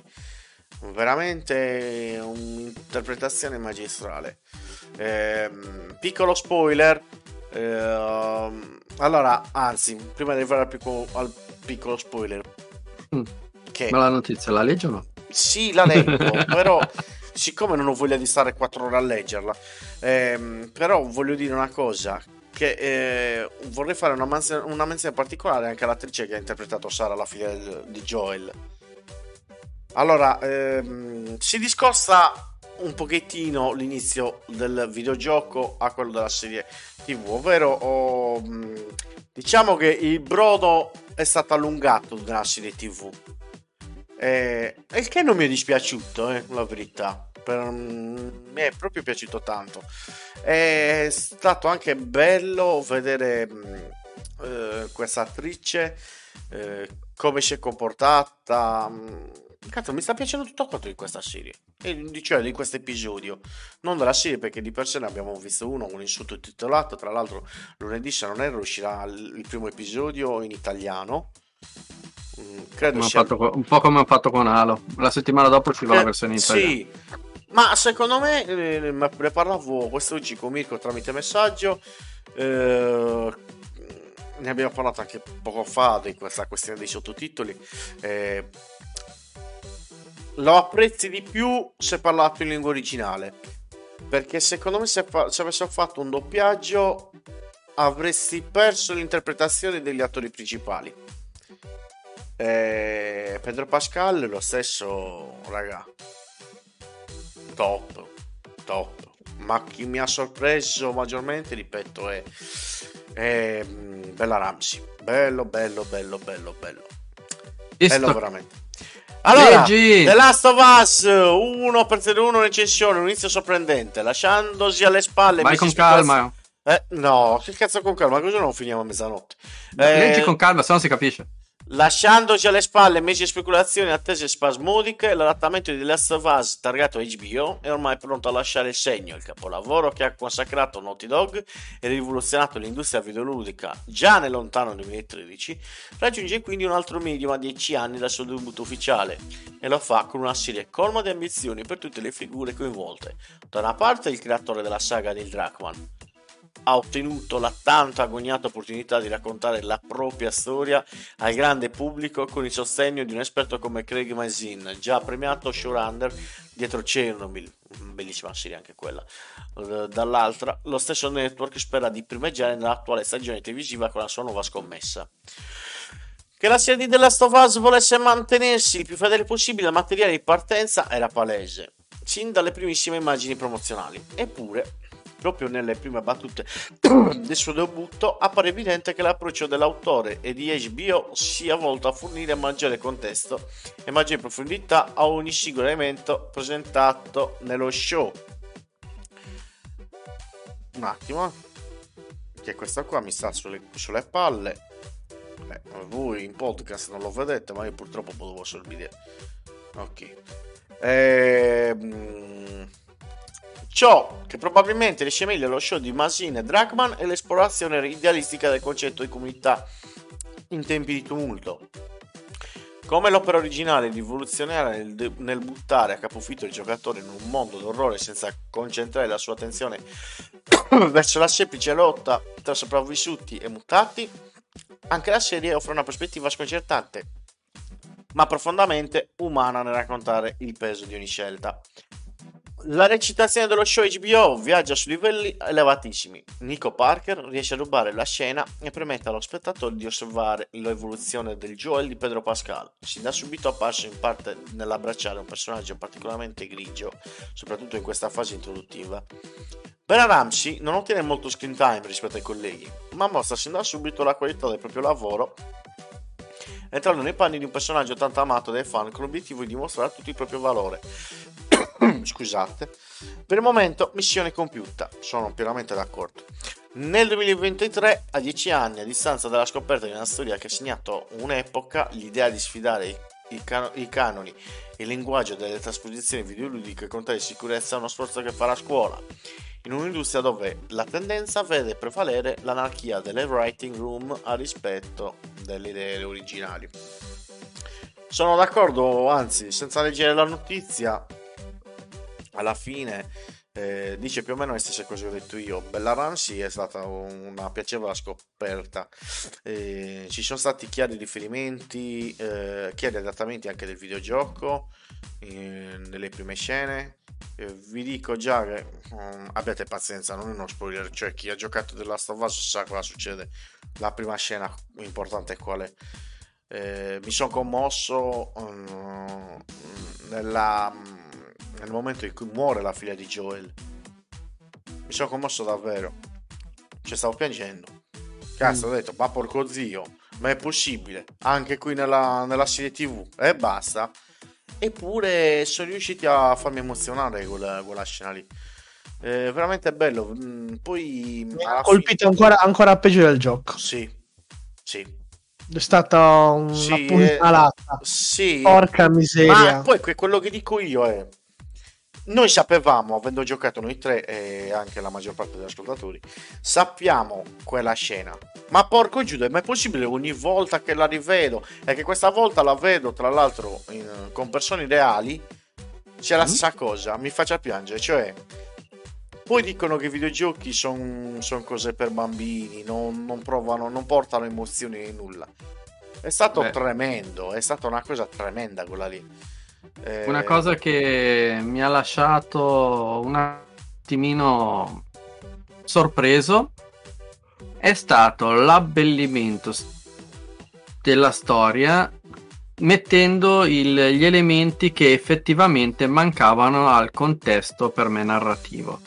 Veramente un'interpretazione magistrale. Eh, piccolo spoiler. Eh, allora, anzi, prima di arrivare al piccolo, al piccolo spoiler, mm. che... ma la notizia la leggi o no? Sì, la leggo, però siccome non ho voglia di stare quattro ore a leggerla, ehm, però voglio dire una cosa, che eh, vorrei fare una, manzia, una menzione particolare anche all'attrice che ha interpretato Sara, la figlia del, di Joel. Allora, ehm, si discosta un pochettino l'inizio del videogioco a quello della serie tivù, ovvero oh, diciamo che il brodo è stato allungato nella serie tivù. Eh, il che non mi è dispiaciuto, eh, la verità. Per, mm, mi è proprio piaciuto tanto. È stato anche bello vedere mm, eh, questa attrice, eh, come si è comportata. Cazzo, mi sta piacendo tutto quanto di questa serie, e, cioè di questo episodio, non della serie, perché di per sé ne abbiamo visto uno, un sottotitolato. Tra l'altro, lunedì, se non erro, uscirà il, il primo episodio in italiano. Credo sia... fatto, un po' come ho fatto con Halo. La settimana dopo usciva eh, la versione in italiano. Sì, ma secondo me eh, ne parlavo quest'oggi con Mirko tramite messaggio. Eh, ne abbiamo parlato anche poco fa di questa questione dei sottotitoli. Eh, lo apprezzi di più se parlato in lingua originale, perché secondo me se, fa- se avessero fatto un doppiaggio avresti perso l'interpretazione degli attori principali. Eh, Pedro Pascal lo stesso, raga, top top. Ma chi mi ha sorpreso maggiormente, ripeto, è, è Bella Ramsey. Bello bello bello bello bello Visto. bello veramente. Allora, Leggi. The Last of Us uno per uno recensione, un inizio sorprendente, lasciandosi alle spalle. Vai con calma. Eh, no, che cazzo con calma, così non finiamo a mezzanotte. Eh, Leggi con calma, se no si capisce. Lasciandoci alle spalle mesi di speculazioni, attese spasmodiche, l'adattamento di The Last of Us targato H B O è ormai pronto a lasciare il segno. Il capolavoro che ha consacrato Naughty Dog e rivoluzionato l'industria videoludica già nel lontano duemilatredici raggiunge quindi un altro medium a dieci anni dal suo debutto ufficiale, e lo fa con una serie colma di ambizioni per tutte le figure coinvolte. Da una parte il creatore della saga, Neil Druckmann, ha ottenuto la tanto agognata opportunità di raccontare la propria storia al grande pubblico con il sostegno di un esperto come Craig Mazin, già premiato showrunner dietro Chernobyl, bellissima serie anche quella. Dall'altra, lo stesso network spera di primeggiare nell'attuale stagione televisiva con la sua nuova scommessa. Che la serie di The Last of Us volesse mantenersi il più fedele possibile al materiale di partenza era palese, sin dalle primissime immagini promozionali. Eppure, proprio nelle prime battute del suo debutto, appare evidente che l'approccio dell'autore e di H B O sia volto a fornire maggiore contesto e maggiore profondità a ogni singolo elemento presentato nello show. Un attimo, che questa qua mi sta sulle, sulle palle. Beh, voi in podcast non lo vedete, ma io purtroppo potevo solo vedere. Ok. Ehm... Ciò che probabilmente riesce meglio allo show di Mazin e Dragman è l'esplorazione idealistica del concetto di comunità in tempi di tumulto. Come l'opera originale rivoluzionaria nel, de- nel buttare a capofitto il giocatore in un mondo d'orrore senza concentrare la sua attenzione verso la semplice lotta tra sopravvissuti e mutati, anche la serie offre una prospettiva sconcertante ma profondamente umana nel raccontare il peso di ogni scelta. La recitazione dello show H B O viaggia su livelli elevatissimi. Nico Parker riesce a rubare la scena e permette allo spettatore di osservare l'evoluzione del Joel di Pedro Pascal, sin da subito apparso in parte nell'abbracciare un personaggio particolarmente grigio, soprattutto in questa fase introduttiva. Bella Ramsey non ottiene molto screen time rispetto ai colleghi, ma mostra sin da subito la qualità del proprio lavoro, entrando nei panni di un personaggio tanto amato dai fan con l'obiettivo di dimostrare a tutti il proprio valore. Scusate. Per il momento missione compiuta, sono pienamente d'accordo. Nel duemilaventitré, a dieci anni a distanza dalla scoperta di una storia che ha segnato un'epoca, l'idea di sfidare i, i, can- i canoni e il linguaggio delle trasposizioni videoludiche con tale sicurezza è uno sforzo che farà scuola in un'industria dove la tendenza vede prevalere l'anarchia delle writing room a rispetto delle idee originali. Sono d'accordo, anzi, senza leggere la notizia, alla fine eh, dice più o meno le stesse cose che ho detto io. Bella Ramsey è stata una piacevole scoperta, eh, ci sono stati chiari riferimenti, eh, chiari adattamenti anche del videogioco eh, nelle prime scene. Eh, vi dico già che um, abbiate pazienza, non è uno spoiler, cioè chi ha giocato The Last of Us sa cosa succede. La prima scena importante è qual è. Eh, mi sono commosso um, nella, nel momento in cui muore la figlia di Joel. Mi sono commosso davvero, cioè stavo piangendo. Cazzo, mm. ho detto, ma porco zio, ma è possibile? Anche qui nella, nella serie tv e basta. Eppure sono riusciti a farmi emozionare quella, quella scena lì. Eh, veramente bello. Poi mi ha colpito fine... ancora, ancora peggio del gioco. Sì, sì. È stata una sì, pugnalata. Eh, sì. Porca miseria. Ma poi quello che dico io è: noi sapevamo, avendo giocato noi tre e anche la maggior parte degli ascoltatori, sappiamo quella scena. Ma porco Giuda, ma è possibile ogni volta che la rivedo, e che questa volta la vedo tra l'altro in, con persone reali, c'è la mm. stessa cosa, mi faccia piangere. Cioè, poi dicono che i videogiochi sono son cose per bambini, non, non provano, non portano emozioni né nulla. È stato Beh. tremendo, è stata una cosa tremenda quella lì. Eh... Una cosa che mi ha lasciato un attimino sorpreso è stato l'abbellimento della storia, mettendo il, gli elementi che effettivamente mancavano al contesto per me narrativo.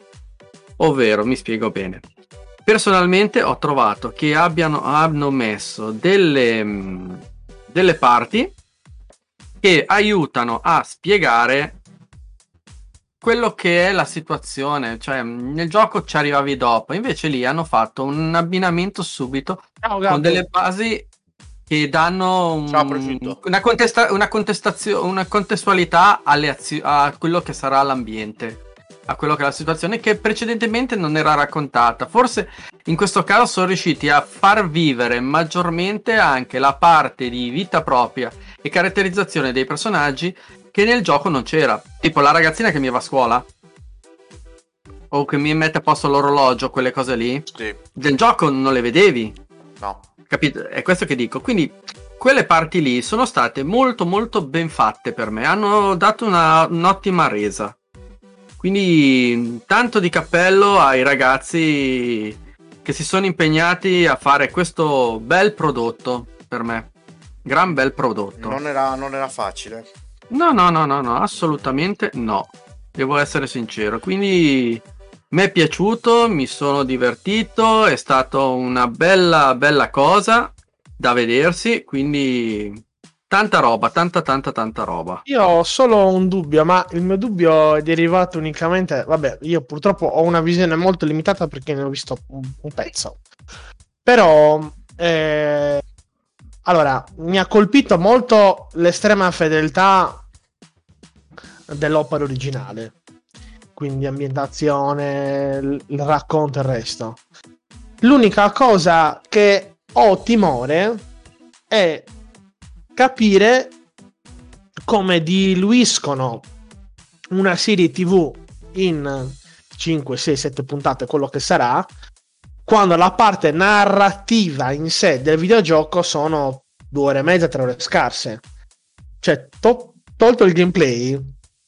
Ovvero, mi spiego bene. Personalmente ho trovato che abbiano hanno messo delle, delle parti che aiutano a spiegare quello che è la situazione, cioè nel gioco ci arrivavi dopo, invece lì hanno fatto un abbinamento subito Ciao, con delle basi che danno un, Ciao, una, contesta, una, contestazione, una contestualità alle azio- a quello che sarà l'ambiente, a quello che è la situazione che precedentemente non era raccontata. Forse in questo caso sono riusciti a far vivere maggiormente anche la parte di vita propria e caratterizzazione dei personaggi che nel gioco non c'era, tipo la ragazzina che mi va a scuola o che mi mette a posto l'orologio, quelle cose lì, sì. Del gioco non le vedevi, no, capito? È questo che dico. Quindi quelle parti lì sono state molto molto ben fatte per me, hanno dato una, un'ottima resa, quindi tanto di cappello ai ragazzi che si sono impegnati a fare questo bel prodotto per me. Gran bel prodotto. Non era, non era facile. No, no, no, no, no, assolutamente no. Devo essere sincero. Quindi mi è piaciuto, mi sono divertito, è stata una bella, bella cosa da vedersi. Quindi tanta roba, tanta, tanta, tanta roba. Io ho solo un dubbio, ma il mio dubbio è derivato unicamente. Vabbè, io purtroppo ho una visione molto limitata perché ne ho visto un, un pezzo. Però, eh, allora, mi ha colpito molto l'estrema fedeltà dell'opera originale. Quindi ambientazione, il il racconto e il resto. L'unica cosa che ho timore è capire come diluiscono una serie tivù in cinque, sei, sette puntate, quello che sarà, quando la parte narrativa in sé del videogioco sono due ore e mezza, tre ore scarse. Cioè, to- tolto il gameplay,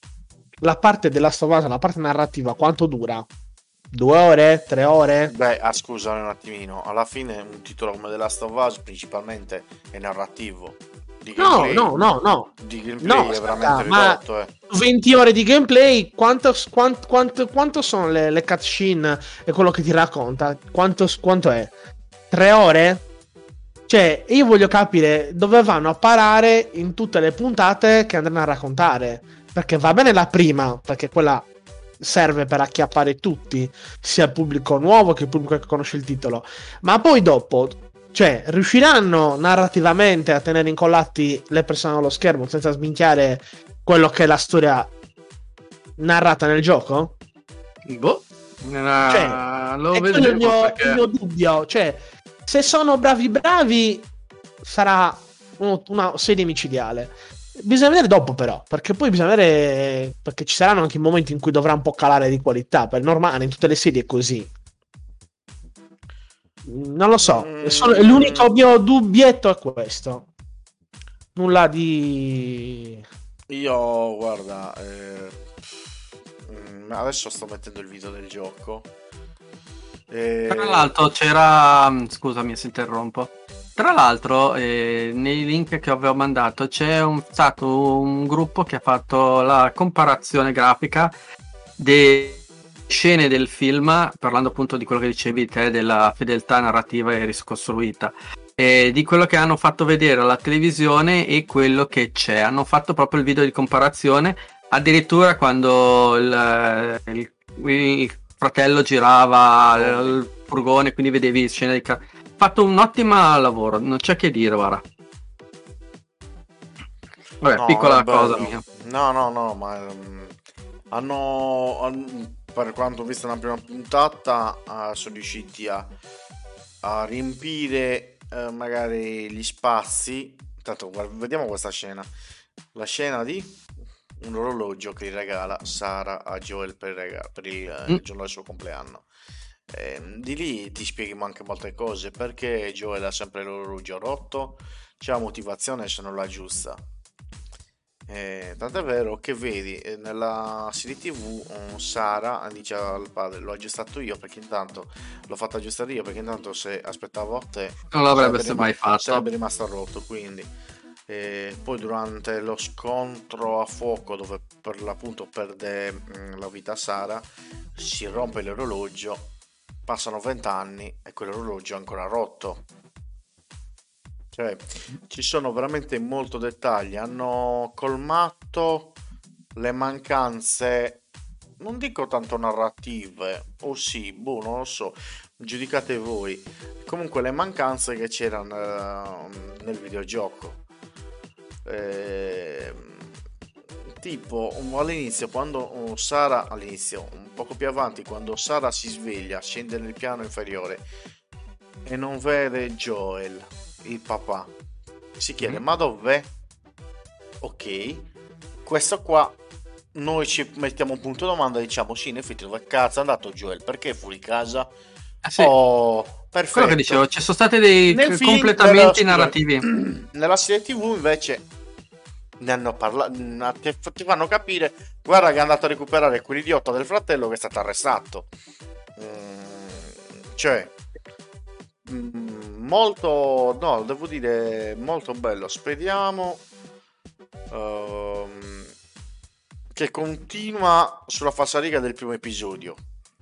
la parte della stovata, la parte narrativa, quanto dura? Due ore? Tre ore? Beh, ah, scusami un attimino, alla fine un titolo come The Last of Us principalmente è narrativo. Di No, gameplay, no, no, no. di gameplay No, è aspetta, veramente ma ridotto, eh. venti ore di gameplay, quanto, quanto, quanto, quanto sono le, le cutscene e quello che ti racconta? Quanto, quanto è? Tre ore? Cioè, io voglio capire dove vanno a parare in tutte le puntate che andranno a raccontare. Perché va bene la prima, perché quella serve per acchiappare tutti, sia il pubblico nuovo che il pubblico che conosce il titolo. Ma poi dopo, cioè, riusciranno narrativamente a tenere incollati le persone allo schermo senza sminchiare quello che è la storia narrata nel gioco? Boh. Era- Cioè, lo è quello vedevo il mio, perché- il mio dubbio. Cioè, se sono bravi bravi, sarà uno- una serie micidiale. Bisogna vedere dopo, però, perché poi bisogna vedere. Perché ci saranno anche i momenti in cui dovrà un po' calare di qualità. Per normale, in tutte le serie è così. Non lo so. Mm. Sono- l'unico mio dubbietto è questo. Nulla di. Io, guarda, eh, mm, adesso sto mettendo il video del gioco. Eh, Tra l'altro c'era, scusami se interrompo, tra l'altro eh, nei link che avevo mandato c'è un, stato un gruppo che ha fatto la comparazione grafica delle scene del film, parlando appunto di quello che dicevi te, della fedeltà narrativa e ricostruita, e di quello che hanno fatto vedere alla televisione e quello che c'è. Hanno fatto proprio il video di comparazione, addirittura quando il, il, il fratello girava il furgone, quindi vedevi scene di ca- fatto un ottimo lavoro, non c'è che dire, guarda. Vabbè, no, piccola è bello. cosa mia. No, no, no, ma mm, hanno, han- per quanto ho visto una prima puntata, eh, sono riusciti a, a riempire eh, magari gli spazi. Intanto guarda, vediamo questa scena. La scena di un orologio che gli regala Sara a Joel per il, rega- per il, eh, Mm. il giorno del suo compleanno. Eh, di lì ti spieghi anche molte cose, perché Joel ha sempre l'orologio rotto, c'è la motivazione se non la giusta. Eh, tant'è vero che vedi eh, nella serie tv um, Sara dice al padre: l'ho aggiustato io perché intanto l'ho fatto aggiustare io perché intanto se aspettavo a te Non l'avrebbe sarebbe, mai rim- fatto. sarebbe rimasto rotto. Quindi eh, poi durante lo scontro a fuoco dove per l'appunto perde mm, la vita Sara, si rompe l'orologio, passano vent'anni e quell'orologio è ancora rotto. Cioè, ci sono veramente molto dettagli, hanno colmato le mancanze, non dico tanto narrative, o sì, boh, non lo so, giudicate voi. Comunque le mancanze che c'erano eh, nel videogioco. Eh, tipo um, all'inizio, quando um, Sara, all'inizio, un poco più avanti, quando Sara si sveglia, scende nel piano inferiore e non vede Joel, il papà, si chiede: Mm. ma dov'è? Ok, questo qua noi ci mettiamo un punto domanda e diciamo: sì, in effetti dove cazzo è andato Joel, perché è fuori casa? Eh sì, Oh, perfetto. quello che dicevo, ci sono stati dei Nel c- film- completamenti nella- narrativi. Nella serie tv invece ne hanno parlato, ti ti fanno capire: guarda che è andato a recuperare quell'idiota del fratello che è stato arrestato. Mm, cioè mm, molto, no, devo dire molto bello. Speriamo ehm, che continua sulla falsariga del primo episodio.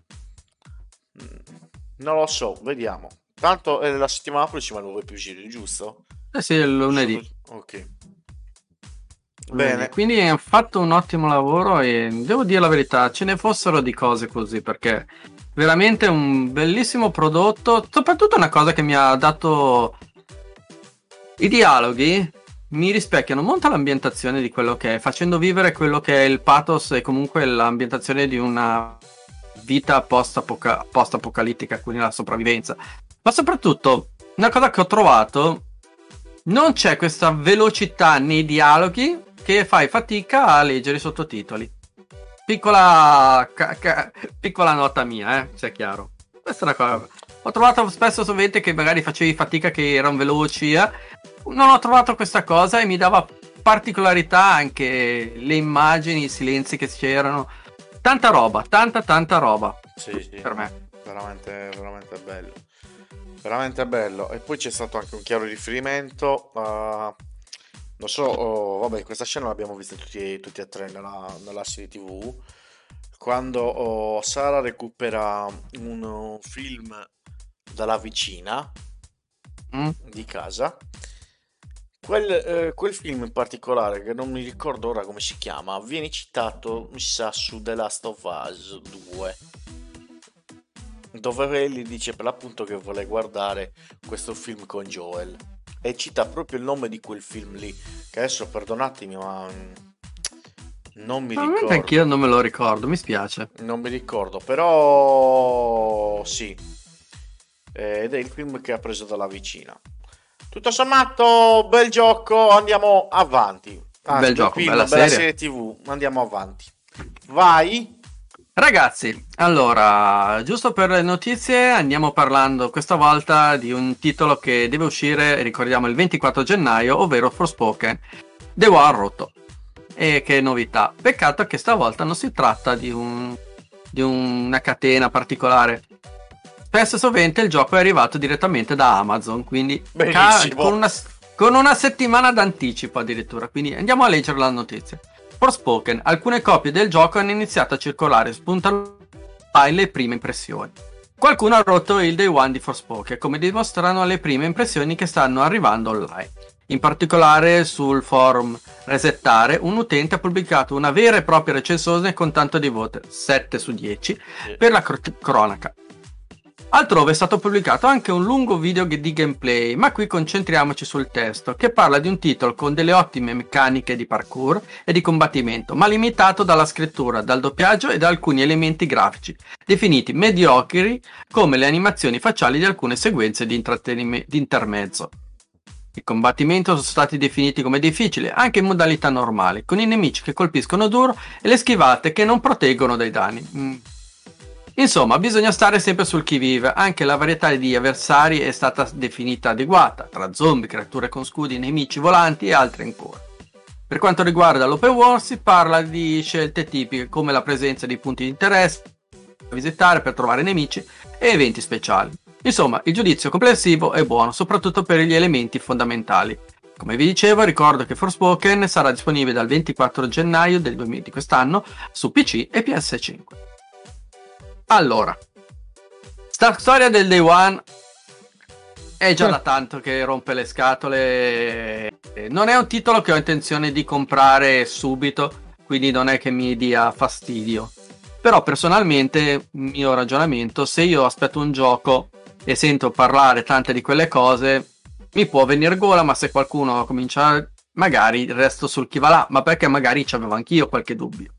Non lo so, vediamo. Tanto è la settimana prossima nuovo episodio, giusto? Eh sì, il lunedì. Ok. Bene. Bene. Quindi hanno fatto un ottimo lavoro e devo dire la verità, ce ne fossero di cose così, perché veramente un bellissimo prodotto, soprattutto una cosa che mi ha dato i dialoghi mi rispecchiano molto l'ambientazione di quello che è, facendo vivere quello che è il pathos e comunque l'ambientazione di una vita post-apoca- post-apocalittica, quindi la sopravvivenza. Ma soprattutto, una cosa che ho trovato, non c'è questa velocità nei dialoghi che fai fatica a leggere i sottotitoli. Piccola ca- ca- piccola nota mia, eh, sia chiaro. Questa è una cosa. Ho trovato spesso sovente che magari facevi fatica, che erano veloci, eh. Non ho trovato questa cosa e mi dava particolarità anche le immagini, i silenzi che c'erano. Tanta roba, tanta tanta roba. Sì, sì, per me. Veramente, veramente bello. Veramente bello. E poi c'è stato anche un chiaro riferimento a... Non so, oh, vabbè, questa scena l'abbiamo vista tutti, tutti e tre nella, nella serie tivù. Quando oh, Sara recupera un, un film dalla vicina Mm? di casa. Quel, eh, quel film in particolare, che non mi ricordo ora come si chiama, viene citato, mi sa, su The Last of Us due, dove lei dice per l'appunto che vuole guardare questo film con Joel e cita proprio il nome di quel film lì, che adesso perdonatemi ma mm, non mi Probabilmente ricordo. anch'io non me lo ricordo, mi spiace. Non mi ricordo, però sì. Eh, ed è il film che ha preso dalla vicina. Tutto sommato, bel gioco, andiamo avanti. Anzi, Bel gioco, film, bella bella serie. serie tivù, andiamo avanti. Vai. Ragazzi, allora, giusto per le notizie, andiamo parlando questa volta di un titolo che deve uscire, ricordiamo, il ventiquattro gennaio, ovvero Forspoken, The War rotto. E che novità. Peccato che stavolta non si tratta di, un, di una catena particolare. Spesso e sovente il gioco è arrivato direttamente da Amazon, quindi ca- con, una, con una settimana d'anticipo addirittura. Quindi andiamo a leggere la notizia. Forspoken, alcune copie del gioco hanno iniziato a circolare, spuntano le prime impressioni. Qualcuno ha rotto il day one di Forspoken, come dimostrano le prime impressioni che stanno arrivando online. In particolare sul forum Resettare, un utente ha pubblicato una vera e propria recensione con tanto di voto, sette su dieci, per la cro- cronaca. Altrove è stato pubblicato anche un lungo video di gameplay, ma qui concentriamoci sul testo, che parla di un titolo con delle ottime meccaniche di parkour e di combattimento, ma limitato dalla scrittura, dal doppiaggio e da alcuni elementi grafici, definiti mediocri come le animazioni facciali di alcune sequenze di, intrattenime- di intermezzo. I combattimenti sono stati definiti come difficili, anche in modalità normale, con i nemici che colpiscono duro e le schivate che non proteggono dai danni. Mm. Insomma, bisogna stare sempre sul chi vive, anche la varietà di avversari è stata definita adeguata, tra zombie, creature con scudi, nemici volanti e altri ancora. Per quanto riguarda l'open world si parla di scelte tipiche come la presenza di punti di interesse da visitare per trovare nemici e eventi speciali. Insomma, il giudizio complessivo è buono, soprattutto per gli elementi fondamentali. Come vi dicevo, ricordo che Forspoken sarà disponibile dal ventiquattro gennaio del duemila di quest'anno su P C e P S cinque. Allora, sta storia del Day One è già da tanto che rompe le scatole. Non è un titolo che ho intenzione di comprare subito, quindi non è che mi dia fastidio. Però personalmente, mio ragionamento, se io aspetto un gioco e sento parlare tante di quelle cose, mi può venire gola, ma se qualcuno comincia, magari resto sul chi va là, ma perché magari c'avevo anch'io qualche dubbio.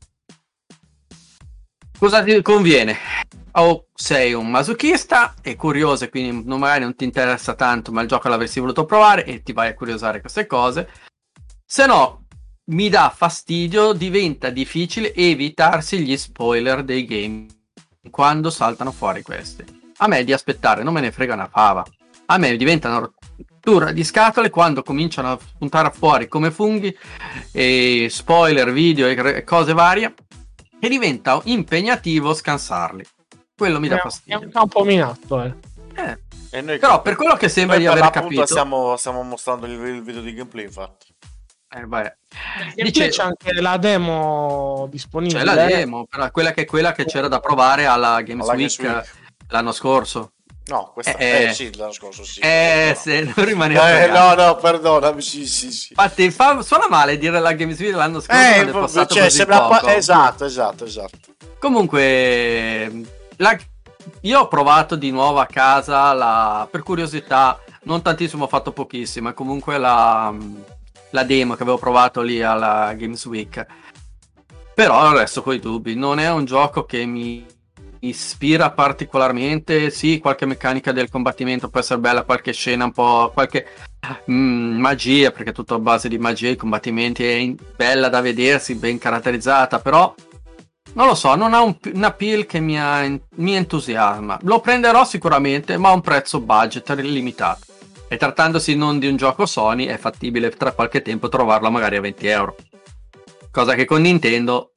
Cosa ti conviene? O sei un masochista e curioso e quindi non, magari non ti interessa tanto, ma il gioco l'avresti voluto provare e ti vai a curiosare queste cose. Se no, mi dà fastidio, diventa difficile evitarsi gli spoiler dei game quando saltano fuori questi. A me di aspettare non me ne frega una fava. A me diventa una rottura di scatole quando cominciano a spuntare fuori come funghi e spoiler, video e cose varie, e diventa impegnativo scansarli. Quello mi dà È fastidio. un campo minato, eh. Eh, E noi Però che- per quello che sembra noi di per aver l'appunto capito... stiamo, stiamo mostrando il, il video di gameplay, infatti. Eh, vabbè. E Dice- c'è anche la demo disponibile. C'è la demo, però quella che è quella che c'era da provare alla Games Alla Week, Games Week. l'anno scorso. No, questa Eh, eh, sì, l'anno scorso sì. Eh, perdona. se non rimaneva Eh, fregato. no, no, perdonami, sì, sì, sì. Infatti fa, suona male dire la Games Week l'anno scorso Eh, quando è passato cioè, così sembra poco. pa- esatto, esatto, esatto. Comunque, la- io ho provato di nuovo a casa la, per curiosità, non tantissimo, ho fatto pochissimo, è comunque la, la demo che avevo provato lì alla Games Week. Però resto coi dubbi, non è un gioco che mi ispira particolarmente. Sì, qualche meccanica del combattimento può essere bella, qualche scena un po', qualche mm, magia, perché è tutto a base di magia, i combattimenti è in- bella da vedersi, ben caratterizzata, però non lo so, non ha un, un appeal che mi, ha- mi entusiasma. Lo prenderò sicuramente, ma a un prezzo budget limitato. E trattandosi non di un gioco Sony, è fattibile tra qualche tempo trovarlo magari a venti euro. Cosa che con Nintendo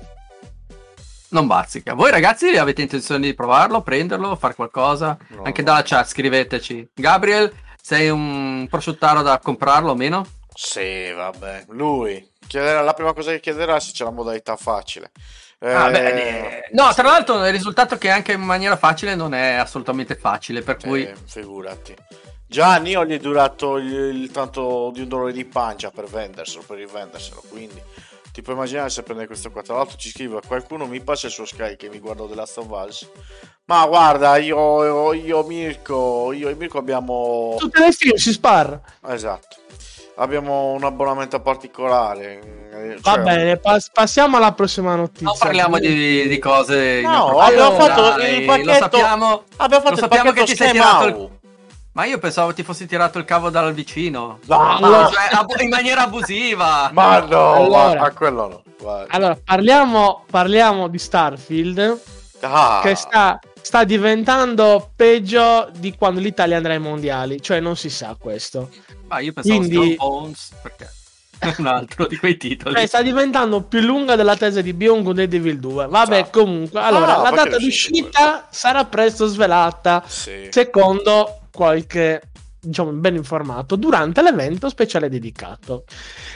non bazzica. Voi ragazzi avete intenzione di provarlo, prenderlo, fare qualcosa? No, Anche no. dalla chat scriveteci. Gabriel, sei un prosciuttaro da comprarlo o meno? Sì, vabbè. Lui chiederà, la prima cosa che chiederà se c'è la modalità facile. Ah, Eh, beh, eh, no, tra l'altro il risultato che anche in maniera facile non è assolutamente facile, per cui eh, figurati. Già Nio gli è durato il, il tanto di un dolore di pancia per venderselo, per rivenderselo, quindi ti puoi immaginare se prende questo qua. Tra l'altro ci scrive qualcuno mi passa il suo Sky che mi guardo The Last of Us. Ma guarda, io, io Mirko, io e Mirko abbiamo... Tutte le stream si spara. Esatto. Abbiamo un abbonamento particolare. eh, Va cioè- bene, pas- passiamo alla prossima notizia. non parliamo di, di cose No, inappropriate, abbiamo fatto dai, il pacchetto. lo sappiamo, Abbiamo fatto lo il sappiamo pacchetto che ti sei Sky tirato il... Mau. Ma io pensavo ti fossi tirato il cavo dal vicino. No, Ma, cioè, abu- in maniera abusiva. ma no, Allora. ma a quello no. Vai. Allora, parliamo, parliamo di Starfield, Ah, che sta, sta diventando peggio di quando l'Italia andrà ai mondiali. Cioè, non si sa questo. Ma io pensavo Quindi- Skull Bones, perché è un altro di quei titoli. Cioè, sta diventando più lunga della tese di Beyond Good and Evil due. Vabbè, Ciao. comunque, allora, Ah, la perché data è uscito d'uscita sarà presto svelata, sì. secondo qualche, diciamo, ben informato, durante l'evento speciale dedicato.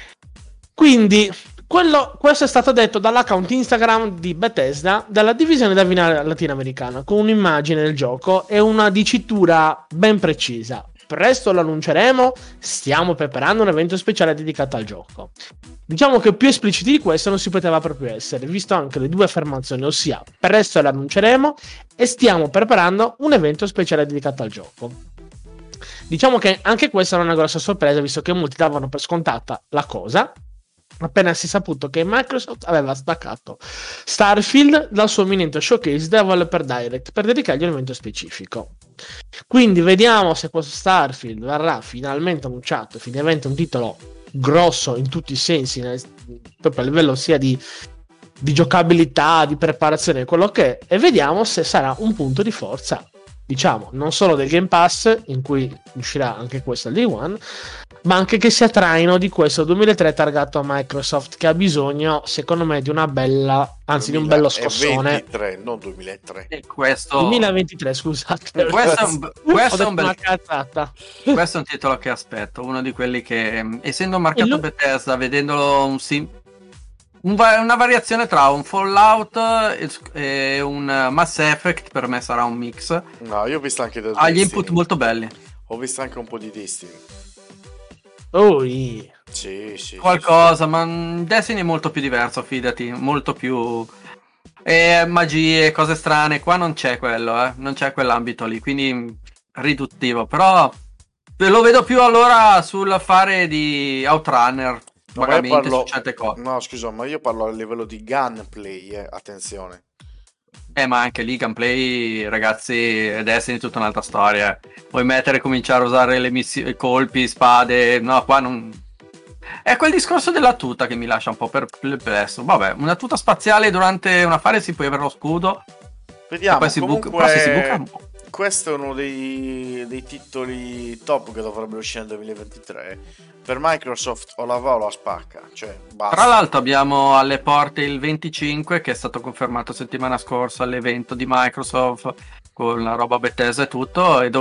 Quindi, quello, questo è stato detto dall'account Instagram di Bethesda, dalla divisione da Vina latinoamericana, con un'immagine del gioco e una dicitura ben precisa. Presto lo annunceremo, stiamo preparando un evento speciale dedicato al gioco. Diciamo che più espliciti di questo non si poteva proprio essere, visto anche le due affermazioni, ossia presto lo annunceremo e stiamo preparando un evento speciale dedicato al gioco. Diciamo che anche questa era una grossa sorpresa, visto che molti davano per scontata la cosa, appena si è saputo che Microsoft aveva staccato Starfield dal suo imminente showcase Developer Direct per dedicargli un evento specifico. Quindi vediamo se questo Starfield verrà finalmente annunciato, finalmente un titolo grosso in tutti i sensi, nel- proprio a livello sia di, di giocabilità, di preparazione, quello che è, e vediamo se sarà un punto di forza, diciamo, non solo del Game Pass, in cui uscirà anche questo al Day One, ma anche che sia traino di questo duemilatré targato a Microsoft, che ha bisogno, secondo me, di una bella, anzi di un bello scossone. duemilaventitré, non duemilatré. E questo, duemilaventitré, scusate. questo è un, Ho questo è detto un bel una cazzata. questo è un titolo che aspetto, uno di quelli che, mh, essendo marcato E lo- Bethesda, vedendolo un sim- un va- una variazione tra un Fallout e, e un uh, Mass Effect, per me sarà un mix. No, io ho visto anche The Ha gli Destiny. input molto belli. Ho visto anche un po' di Destiny. Oh, i- Sì, sì. Qualcosa, ma mh, Destiny è molto più diverso, fidati, molto più... E magie, cose strane, qua non c'è quello, eh, non c'è quell'ambito lì, quindi mh, riduttivo, però lo vedo più allora sull'affare di Outrunner, No, ma io vagamente parlo- su certe cose. No, scusa, ma io parlo a livello di gunplay, eh. Attenzione. Eh, ma anche lì gameplay, ragazzi, Destiny è tutta un'altra storia. eh. Puoi mettere e cominciare a usare le missioni, colpi, spade. No, qua non. È quel discorso della tuta che mi lascia un po' perplesso. Vabbè, una tuta spaziale durante un affare si può avere lo scudo. Vediamo, e poi si buca, comunque, però se si buca un po'. questo è uno dei, dei titoli top che dovrebbero uscire nel duemilaventitré. Per Microsoft o la va o la spacca. Cioè, basta. Tra l'altro abbiamo alle porte il venticinque, che è stato confermato settimana scorsa all'evento di Microsoft con la roba Bethesda e tutto, e dove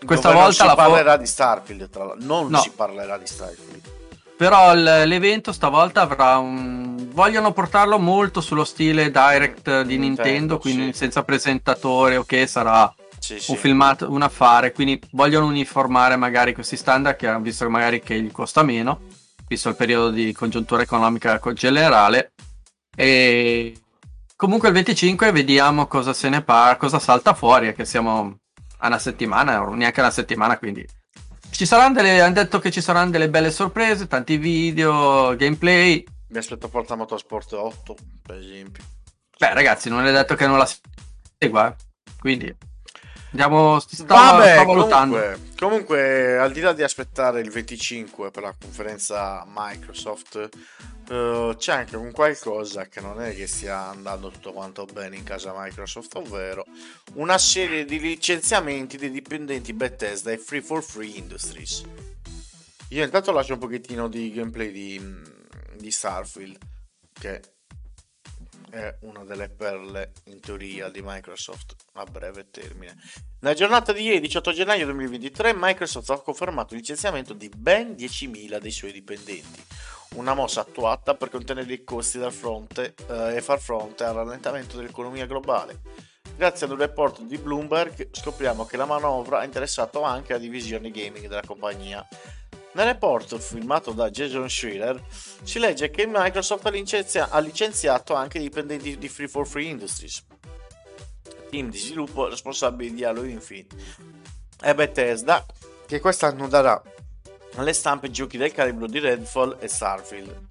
questa Dove volta non si la fo- parlerà di Starfield, tra l'altro. Non No. si parlerà di Starfield. Però l- l'evento stavolta avrà un... vogliono portarlo molto sullo stile direct di Nintendo, Nintendo, quindi sì. senza presentatore, ok, sarà Sì, sì. un filmato, un affare, quindi vogliono uniformare magari questi standard, che visto che magari che gli costa meno, visto il periodo di congiuntura economica generale. E comunque il venticinque vediamo cosa se ne parla, cosa salta fuori, che siamo a una settimana, neanche una settimana, quindi ci saranno delle, hanno detto che ci saranno delle belle sorprese, tanti video, gameplay. Mi aspetto Forza Motorsport otto, per esempio. Beh, ragazzi, non è detto che non la segua, quindi andiamo, stavo, Vabbè, sto valutando. comunque, comunque, al di là di aspettare il venticinque per la conferenza Microsoft, eh, c'è anche un qualcosa che non è che stia andando tutto quanto bene in casa Microsoft, ovvero una serie di licenziamenti dei dipendenti Bethesda e Free for Free Industries. Io intanto lascio un pochettino di gameplay di, di Starfield, che è una delle perle in teoria di Microsoft a breve termine. Nella giornata di ieri, diciotto gennaio duemilaventitré, Microsoft ha confermato il licenziamento di ben diecimila dei suoi dipendenti, una mossa attuata per contenere i costi dal fronte eh, e far fronte al rallentamento dell'economia globale. Grazie ad un report di Bloomberg scopriamo che la manovra ha interessato anche la divisione gaming della compagnia. Nel report firmato da Jason Schreier si legge che Microsoft ha, licenzia- ha licenziato anche i dipendenti di Free for Free Industries, team di sviluppo responsabili di Halo Infinite, e Bethesda, che quest'anno darà alle stampe giochi del calibro di Redfall e Starfield.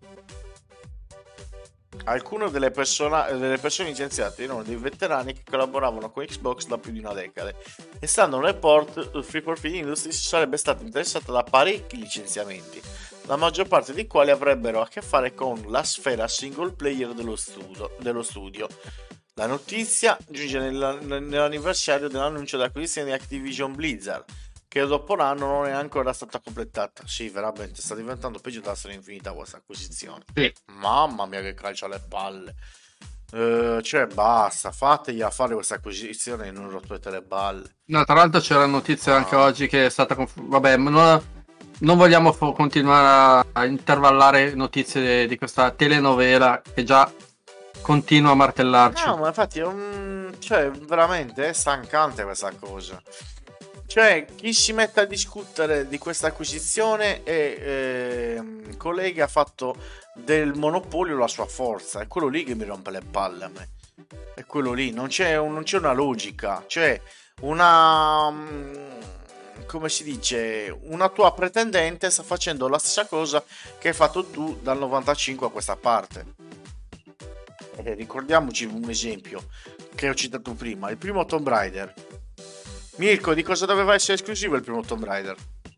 Alcune delle, persona- delle persone licenziate erano dei veterani che collaboravano con Xbox da più di una decade, e stando a un report, Free for Free Industries sarebbe stata interessata da parecchi licenziamenti, la maggior parte dei quali avrebbero a che fare con la sfera single player dello studio. Dello studio. La notizia giunge nella- nell'anniversario dell'annuncio dell'acquisizione di Activision Blizzard, che dopo un anno non è ancora stata completata. Sì, veramente sta diventando peggio della storia infinita questa acquisizione. Sì. Mamma mia che calcio alle palle. Eh, cioè basta, fategli a fare questa acquisizione e non rompete le balle. No, tra l'altro c'era notizia anche Ah. oggi che è stata conf- vabbè, ma non, non vogliamo fo- continuare a, a intervallare notizie de- di questa telenovela che già continua a martellarci. No, ma infatti è un... cioè veramente è stancante questa cosa. Cioè, chi si mette a discutere di questa acquisizione è ehm, collega ha fatto del monopolio la sua forza. È quello lì che mi rompe le palle a me. È quello lì, non c'è, un- non c'è una logica. Cioè, una... mm, come si dice? Una tua pretendente sta facendo la stessa cosa che hai fatto tu dal novantacinque a questa parte. E ricordiamoci un esempio che ho citato prima. Il primo Tomb Raider. Mirko, di cosa doveva essere esclusivo il primo Tomb Raider?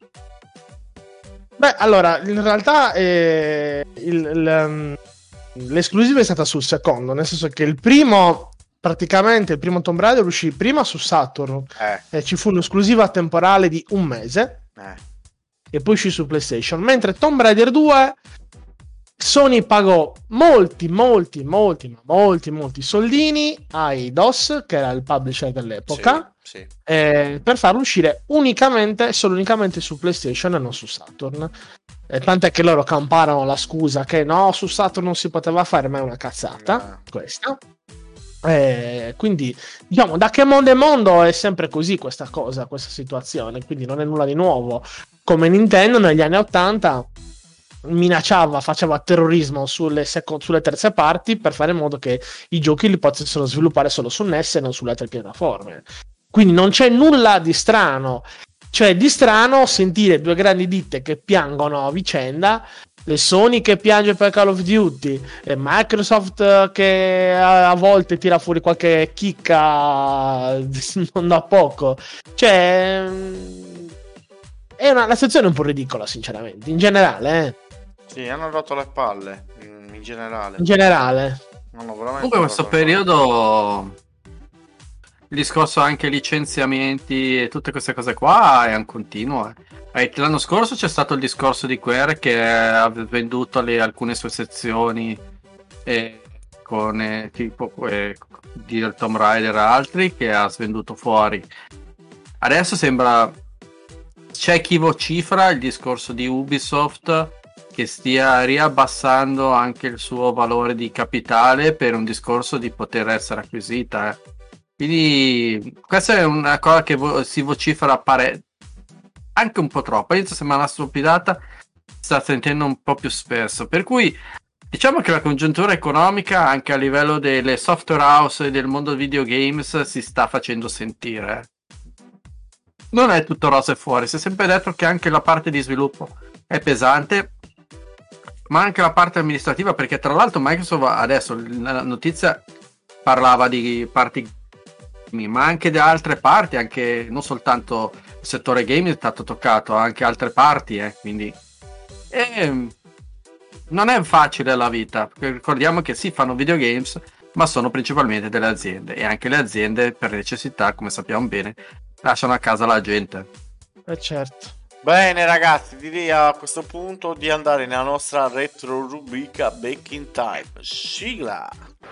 Beh, allora, in realtà eh, il- il, um, l'esclusiva è stata sul secondo, nel senso che il primo, praticamente il primo Tomb Raider uscì prima su Saturn, Eh, e ci fu un'esclusiva temporale di un mese, eh. e poi uscì su PlayStation, mentre Tomb Raider due Sony pagò molti, molti, molti, ma molti, molti soldini ai DOS, che era il publisher dell'epoca, Sì, sì. eh, per farlo uscire unicamente, solo unicamente su PlayStation e non su Saturn. Eh, tant'è che loro camparono la scusa che no, su Saturn non si poteva fare, ma è una cazzata, Eh. questa. Eh, quindi, diciamo, da che mondo è mondo è sempre così questa cosa, questa situazione, quindi non è nulla di nuovo. Come Nintendo negli anni ottanta minacciava, faceva terrorismo sulle, seco- sulle terze parti per fare in modo che i giochi li potessero sviluppare solo su N E S e non sulle altre piattaforme. Quindi non c'è nulla di strano. Cioè, di strano sentire due grandi ditte che piangono a vicenda, le Sony che piange per Call of Duty, e Microsoft eh, che a, a volte tira fuori qualche chicca non da poco. Cioè, mm, è una, la situazione è un po' ridicola, sinceramente, in generale, eh. Sì, hanno rotto le palle in, in generale. In generale. Hanno veramente Comunque questo rotto le palle. periodo, il discorso anche licenziamenti e tutte queste cose qua è un continuo. eh. Eh, L'anno scorso c'è stato il discorso di Square che ha venduto le, alcune sue sezioni eh, con eh, tipo eh, di Tomb Raider e altri che ha svenduto fuori. Adesso sembra c'è chi vocifera il discorso di Ubisoft che stia riabbassando anche il suo valore di capitale per un discorso di poter essere acquisita. Eh. Quindi questa è una cosa che vo- si vocifera pare anche un po' troppo. Inizia a sembrare una stupidata, sta sentendo un po' più spesso. Per cui diciamo che la congiuntura economica anche a livello delle software house e del mondo videogames si sta facendo sentire. Non è tutto rose fuori. Si è sempre detto che anche la parte di sviluppo è pesante, ma anche la parte amministrativa, perché tra l'altro Microsoft adesso la notizia parlava di parti, ma anche di altre parti, anche non soltanto il settore gaming è stato toccato, anche altre parti, eh, quindi e non è facile la vita, perché ricordiamo che si fanno videogames, ma sono principalmente delle aziende, e anche le aziende per necessità, come sappiamo bene, lasciano a casa la gente. Eh certo. Bene ragazzi, direi a questo punto di andare nella nostra retro rubrica Back in Time. Sigla!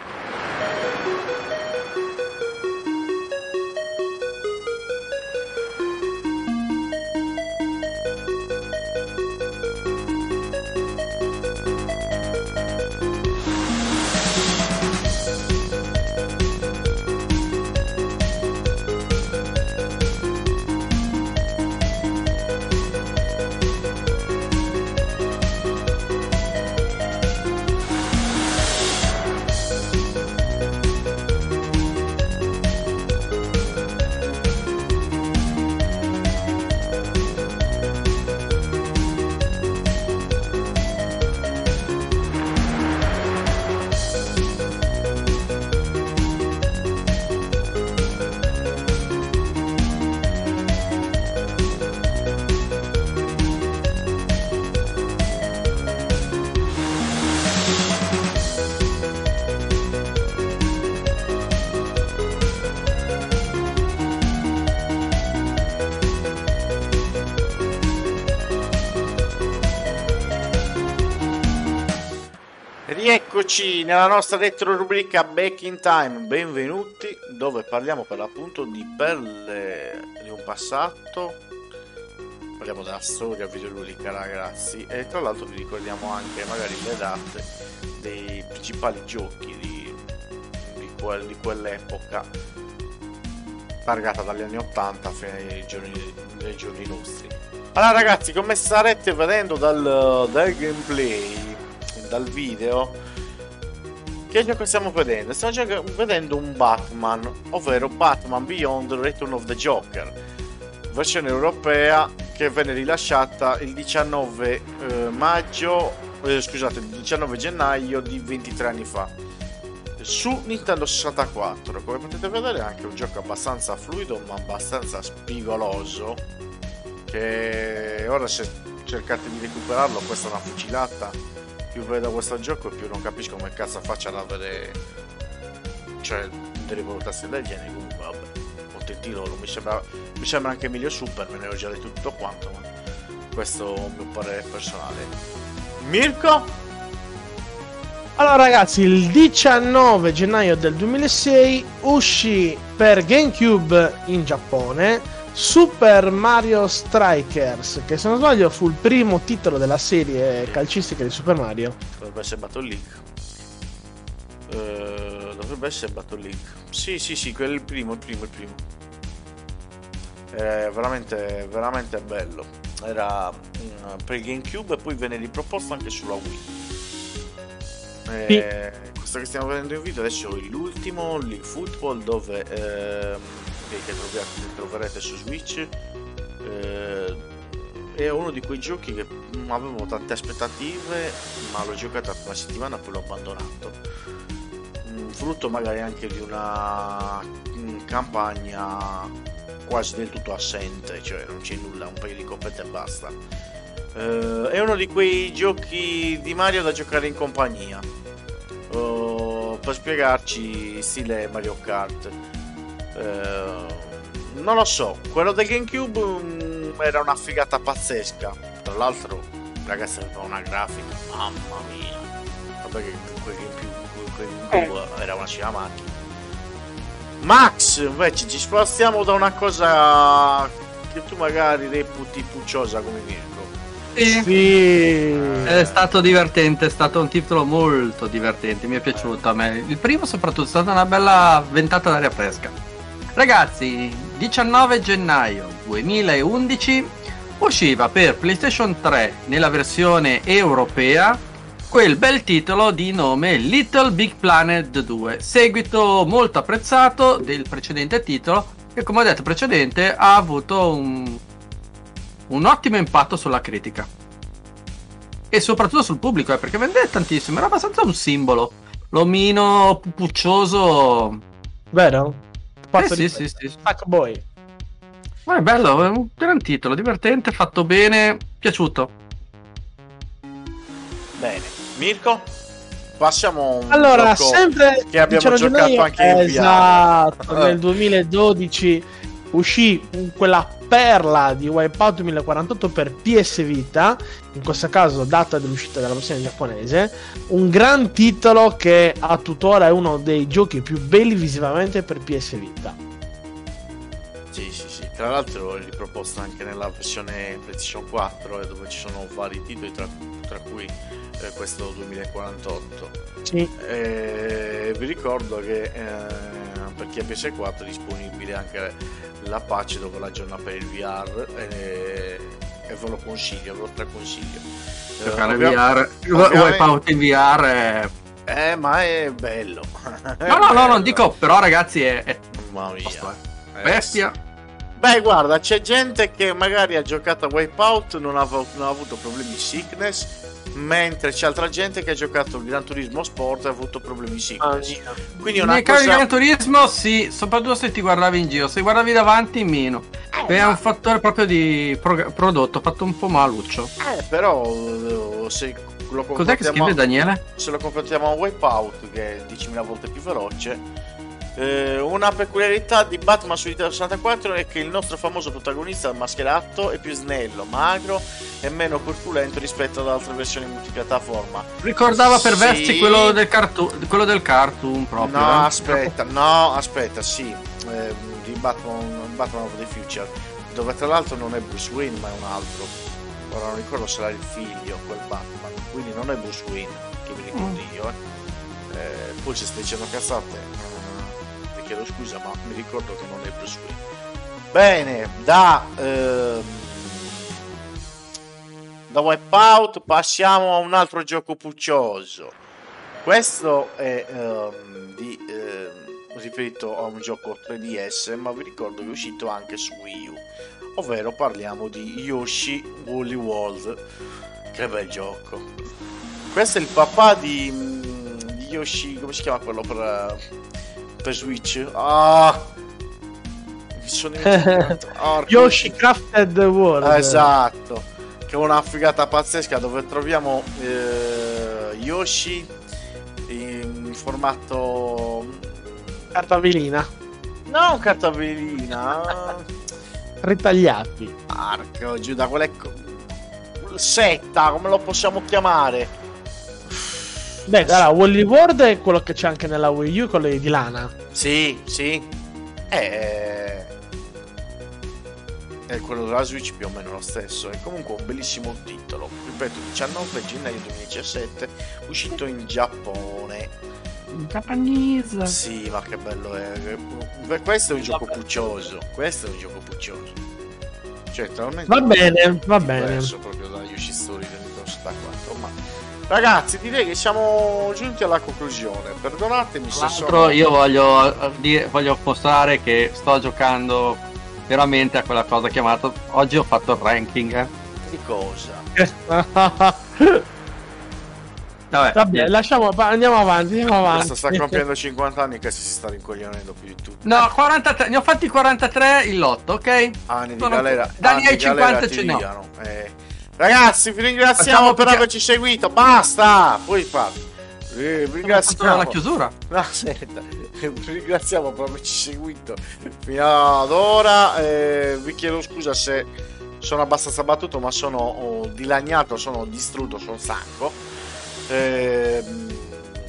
Rieccoci nella nostra retro rubrica Back in Time, benvenuti, dove parliamo per l'appunto di perle di un passato, parliamo della storia videoludica ragazzi, e tra l'altro vi ricordiamo anche magari le date dei principali giochi di, di, quel, di quell'epoca, targata dagli anni ottanta fino ai giorni, ai giorni nostri. Allora ragazzi, come starete vedendo dal, dal gameplay, dal video, che gioco stiamo vedendo? Stiamo gioca- vedendo un Batman, ovvero Batman Beyond Return of the Joker, versione europea che venne rilasciata il diciannove eh, maggio, eh, scusate, il diciannove gennaio di ventitré anni fa su Nintendo sessantaquattro. Come potete vedere è anche un gioco abbastanza fluido ma abbastanza spigoloso, che ora se cercate di recuperarlo questa è una fucilata. Più vedo questo gioco e più non capisco come cazzo faccia ad avere, cioè, delle valutazioni del genere. Comunque vabbè, contentino, mi sembra, mi sembra anche meglio Super, me ne ho già detto tutto quanto, ma questo è un mio parere personale. Mirko? Allora ragazzi, il diciannove gennaio del duemilasei uscì per GameCube in Giappone Super Mario Strikers, che se non sbaglio fu il primo titolo della serie calcistica di Super Mario. Dovrebbe essere Battle League. Uh, dovrebbe essere Battle League. Sì, sì, sì, quello è il primo, il primo, il primo. È veramente, veramente bello. Era um, per il GameCube e poi venne riproposto anche sulla Wii. E sì. Questo che stiamo vedendo in video adesso è l'ultimo, League Football, dove... Ehm, che troverete su Switch, eh, è uno di quei giochi che avevo tante aspettative ma l'ho giocato per una settimana e poi l'ho abbandonato, frutto magari anche di una campagna quasi del tutto assente, cioè non c'è nulla, un paio di coppette e basta. Eh, è uno di quei giochi di Mario da giocare in compagnia, uh, per spiegarci stile Mario Kart. Uh, non lo so, quello del GameCube um, era una figata pazzesca. Tra l'altro, ragazzi, aveva una grafica, mamma mia. Vabbè che quel GameCube, quel GameCube eh. era una cima macchina. Max, invece ci spostiamo da una cosa che tu magari reputi pucciosa come Mirko. Sì. Sì. È stato divertente, è stato un titolo molto divertente, mi è piaciuto a me. Il primo soprattutto è stata una bella ventata d'aria fresca. Ragazzi, diciannove gennaio duemilaundici usciva per PlayStation tre nella versione europea quel bel titolo di nome Little Big Planet due, seguito molto apprezzato del precedente titolo che, come ho detto precedente, ha avuto un, un ottimo impatto sulla critica e soprattutto sul pubblico, eh, perché vende tantissimo, era abbastanza un simbolo, l'omino pupuccioso. Vero? Eh, sì, sì, sì, sì. Sackboy. Ma è bello, è un gran titolo, divertente, fatto bene, piaciuto. Bene, Mirko? Passiamo a un Allora, gioco sempre che abbiamo diciannove giocato gennaio, anche in V R. esatto, Eh. nel duemiladodici uscì quella perla di Wipeout duemilaquarantotto per P S Vita, in questo caso data dell'uscita della versione giapponese, un gran titolo che a tuttora è uno dei giochi più belli visivamente per P S Vita. Sì, sì, sì. Tra l'altro è riproposto anche nella versione PlayStation quattro, eh, dove ci sono vari titoli, tra, tra cui eh, questo duemilaquarantotto. Sì. E vi ricordo che eh, per chi ha P S quattro è disponibile anche la patch dove l'aggiorna per il V R, e, e ve lo consiglio, ve lo straconsiglio. Giocare Eh, in V R, ovviamente- Wipeout in V R è... Eh, ma è bello. No, no, no, non dico, però ragazzi è, è Mamma mia. Eh, bestia. Beh, guarda, c'è gente che magari ha giocato a Wipeout, non ha, non ha avuto problemi di sickness, mentre c'è altra gente che ha giocato il Gran Turismo Sport e ha avuto problemi di sickness. Quindi è una Nel caso di cosa... Gran Turismo sì, soprattutto se ti guardavi in giro, se guardavi davanti meno. Eh, È ma- un fattore proprio di pro- prodotto, fatto un po' maluccio. Eh, però eh, se lo Cos'è che confrontiamo, scrive Daniele? se lo confrontiamo a Wipeout, che è diecimila volte più veloce, eh, una peculiarità di Batman su Nintendo sessantaquattro è che il nostro famoso protagonista mascherato è più snello, magro e meno corpulento rispetto ad altre versioni multipiattaforma. Ricordava per Sì. versi quello del, cartoon, quello del cartoon proprio. No, eh? aspetta, no, aspetta, sì, eh, di Batman, Batman of the Future, dove tra l'altro non è Bruce Wayne ma è un altro. Ora non ricordo se era il figlio, quel Batman, quindi non è Bruce Wayne, che mi ricordo Mm. io. Eh. Eh, poi se stai dicendo cazzate, eh, ti chiedo scusa, ma mi ricordo che non è Bruce Wayne. Bene, da... ehm, da Wipeout passiamo a un altro gioco puccioso. Questo è ehm, di, ehm, ripeto, a un gioco tre D S, ma vi ricordo che è uscito anche su Wii U, ovvero parliamo di Yoshi Woolly World. Che bel gioco. Questo è il papà di, di Yoshi, come si chiama quello per, per Switch? Ah, mi sono dimenticato. Orco. Yoshi Crafted World. Esatto, che è una figata pazzesca dove troviamo eh, Yoshi in formato Cartabilina. non cartabilina, Ritagliati. arco giù da quelle co- setta, come lo possiamo chiamare? Beh, allora, Wally World è quello che c'è anche nella Wii U, quello di lana. Sì, sì, è è quello della Switch più o meno lo stesso. È comunque un bellissimo titolo, ripeto, diciannove gennaio duemiladiciassette, uscito in Giappone. Japanese. Sì, ma che bello è. Beh, questo è un gioco puccioso. Questo è un gioco puccioso. Cioè, talmente Va bene, va diverso bene. proprio da Yoshi Story del Nintendo sessantaquattro. Ma ragazzi, direi che siamo giunti alla conclusione. Perdonatemi se Tra l'altro sono... io voglio, eh, dire- voglio postare che sto giocando veramente a quella cosa chiamata, oggi ho fatto il ranking, eh. di cosa? Vabbè, Vabbè, lasciamo, andiamo avanti, andiamo avanti. Questo sta compiendo cinquanta anni che si sta rincoglionendo più di tutti. no, quarantatré, ne ho fatti quarantatré il lotto, ok? Anni di Sono- galera. Dani anni ai di galera cinquanta ti ce ne ho. diano. Eh, ragazzi, vi ringraziamo Facciamo per perché- averci seguito. Basta! Poi fa. Eh, vi Sono fatto ringraziamo. la chiusura. No, aspetta, vi ringraziamo per averci seguito fino ad ora. Eh, vi chiedo scusa se sono abbastanza battuto, ma sono oh, dilaniato, sono distrutto, sono stanco. Eh, vi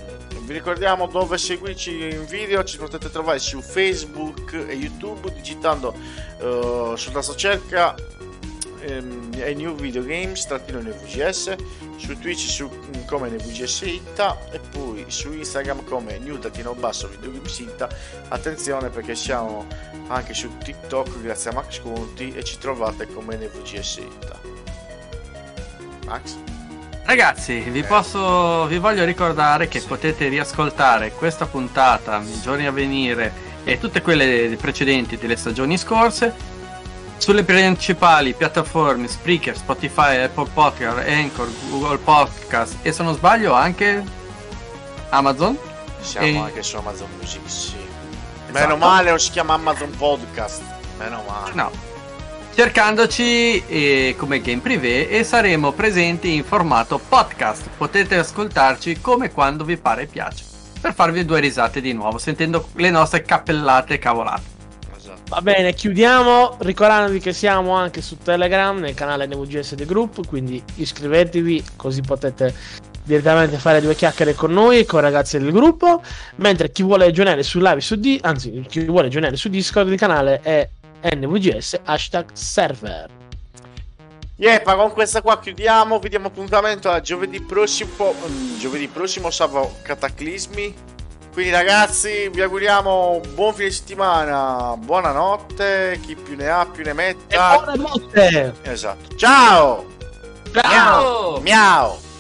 vi ricordiamo dove seguirci in video. Ci potete trovare su Facebook e YouTube digitando uh, sul tasto cerca um, e New Video Games trattino N V G S, su Twitch su, come N V G S Itta e poi su Instagram come New Trattino Basso Video Games Itta. Attenzione perché siamo anche su TikTok grazie a Max Conti e ci trovate come N V G S Itta. Max? Ragazzi, vi Eh. posso vi voglio ricordare che Sì. potete riascoltare questa puntata nei giorni a venire e tutte quelle precedenti delle stagioni scorse sulle principali piattaforme Spreaker, Spotify, Apple Podcast, Anchor, Google Podcast e se non sbaglio anche Amazon. Siamo E- anche su Amazon Music, sì. Esatto. Meno male non si chiama Amazon Podcast. Meno male. No. Cercandoci eh, come Game Privé e saremo presenti in formato podcast. Potete ascoltarci come quando vi pare e piace. Per farvi due risate di nuovo, sentendo le nostre cappellate e cavolate. Esatto. Va bene, chiudiamo ricordandovi che siamo anche su Telegram nel canale N V G S The Group, quindi iscrivetevi così potete direttamente fare due chiacchiere con noi e con i ragazzi del gruppo, mentre chi vuole aggiornare su live su di anzi chi vuole aggiornare su Discord il canale è N V G S hashtag server. Yepa, con questa qua chiudiamo. Vi diamo appuntamento a giovedì prossimo. mm, Giovedì prossimo, salvo cataclismi. Quindi ragazzi, vi auguriamo buon fine settimana, buonanotte. Chi più ne ha più ne E metta. buonanotte! Esatto. Ciao. Ciao! Miau. Miau.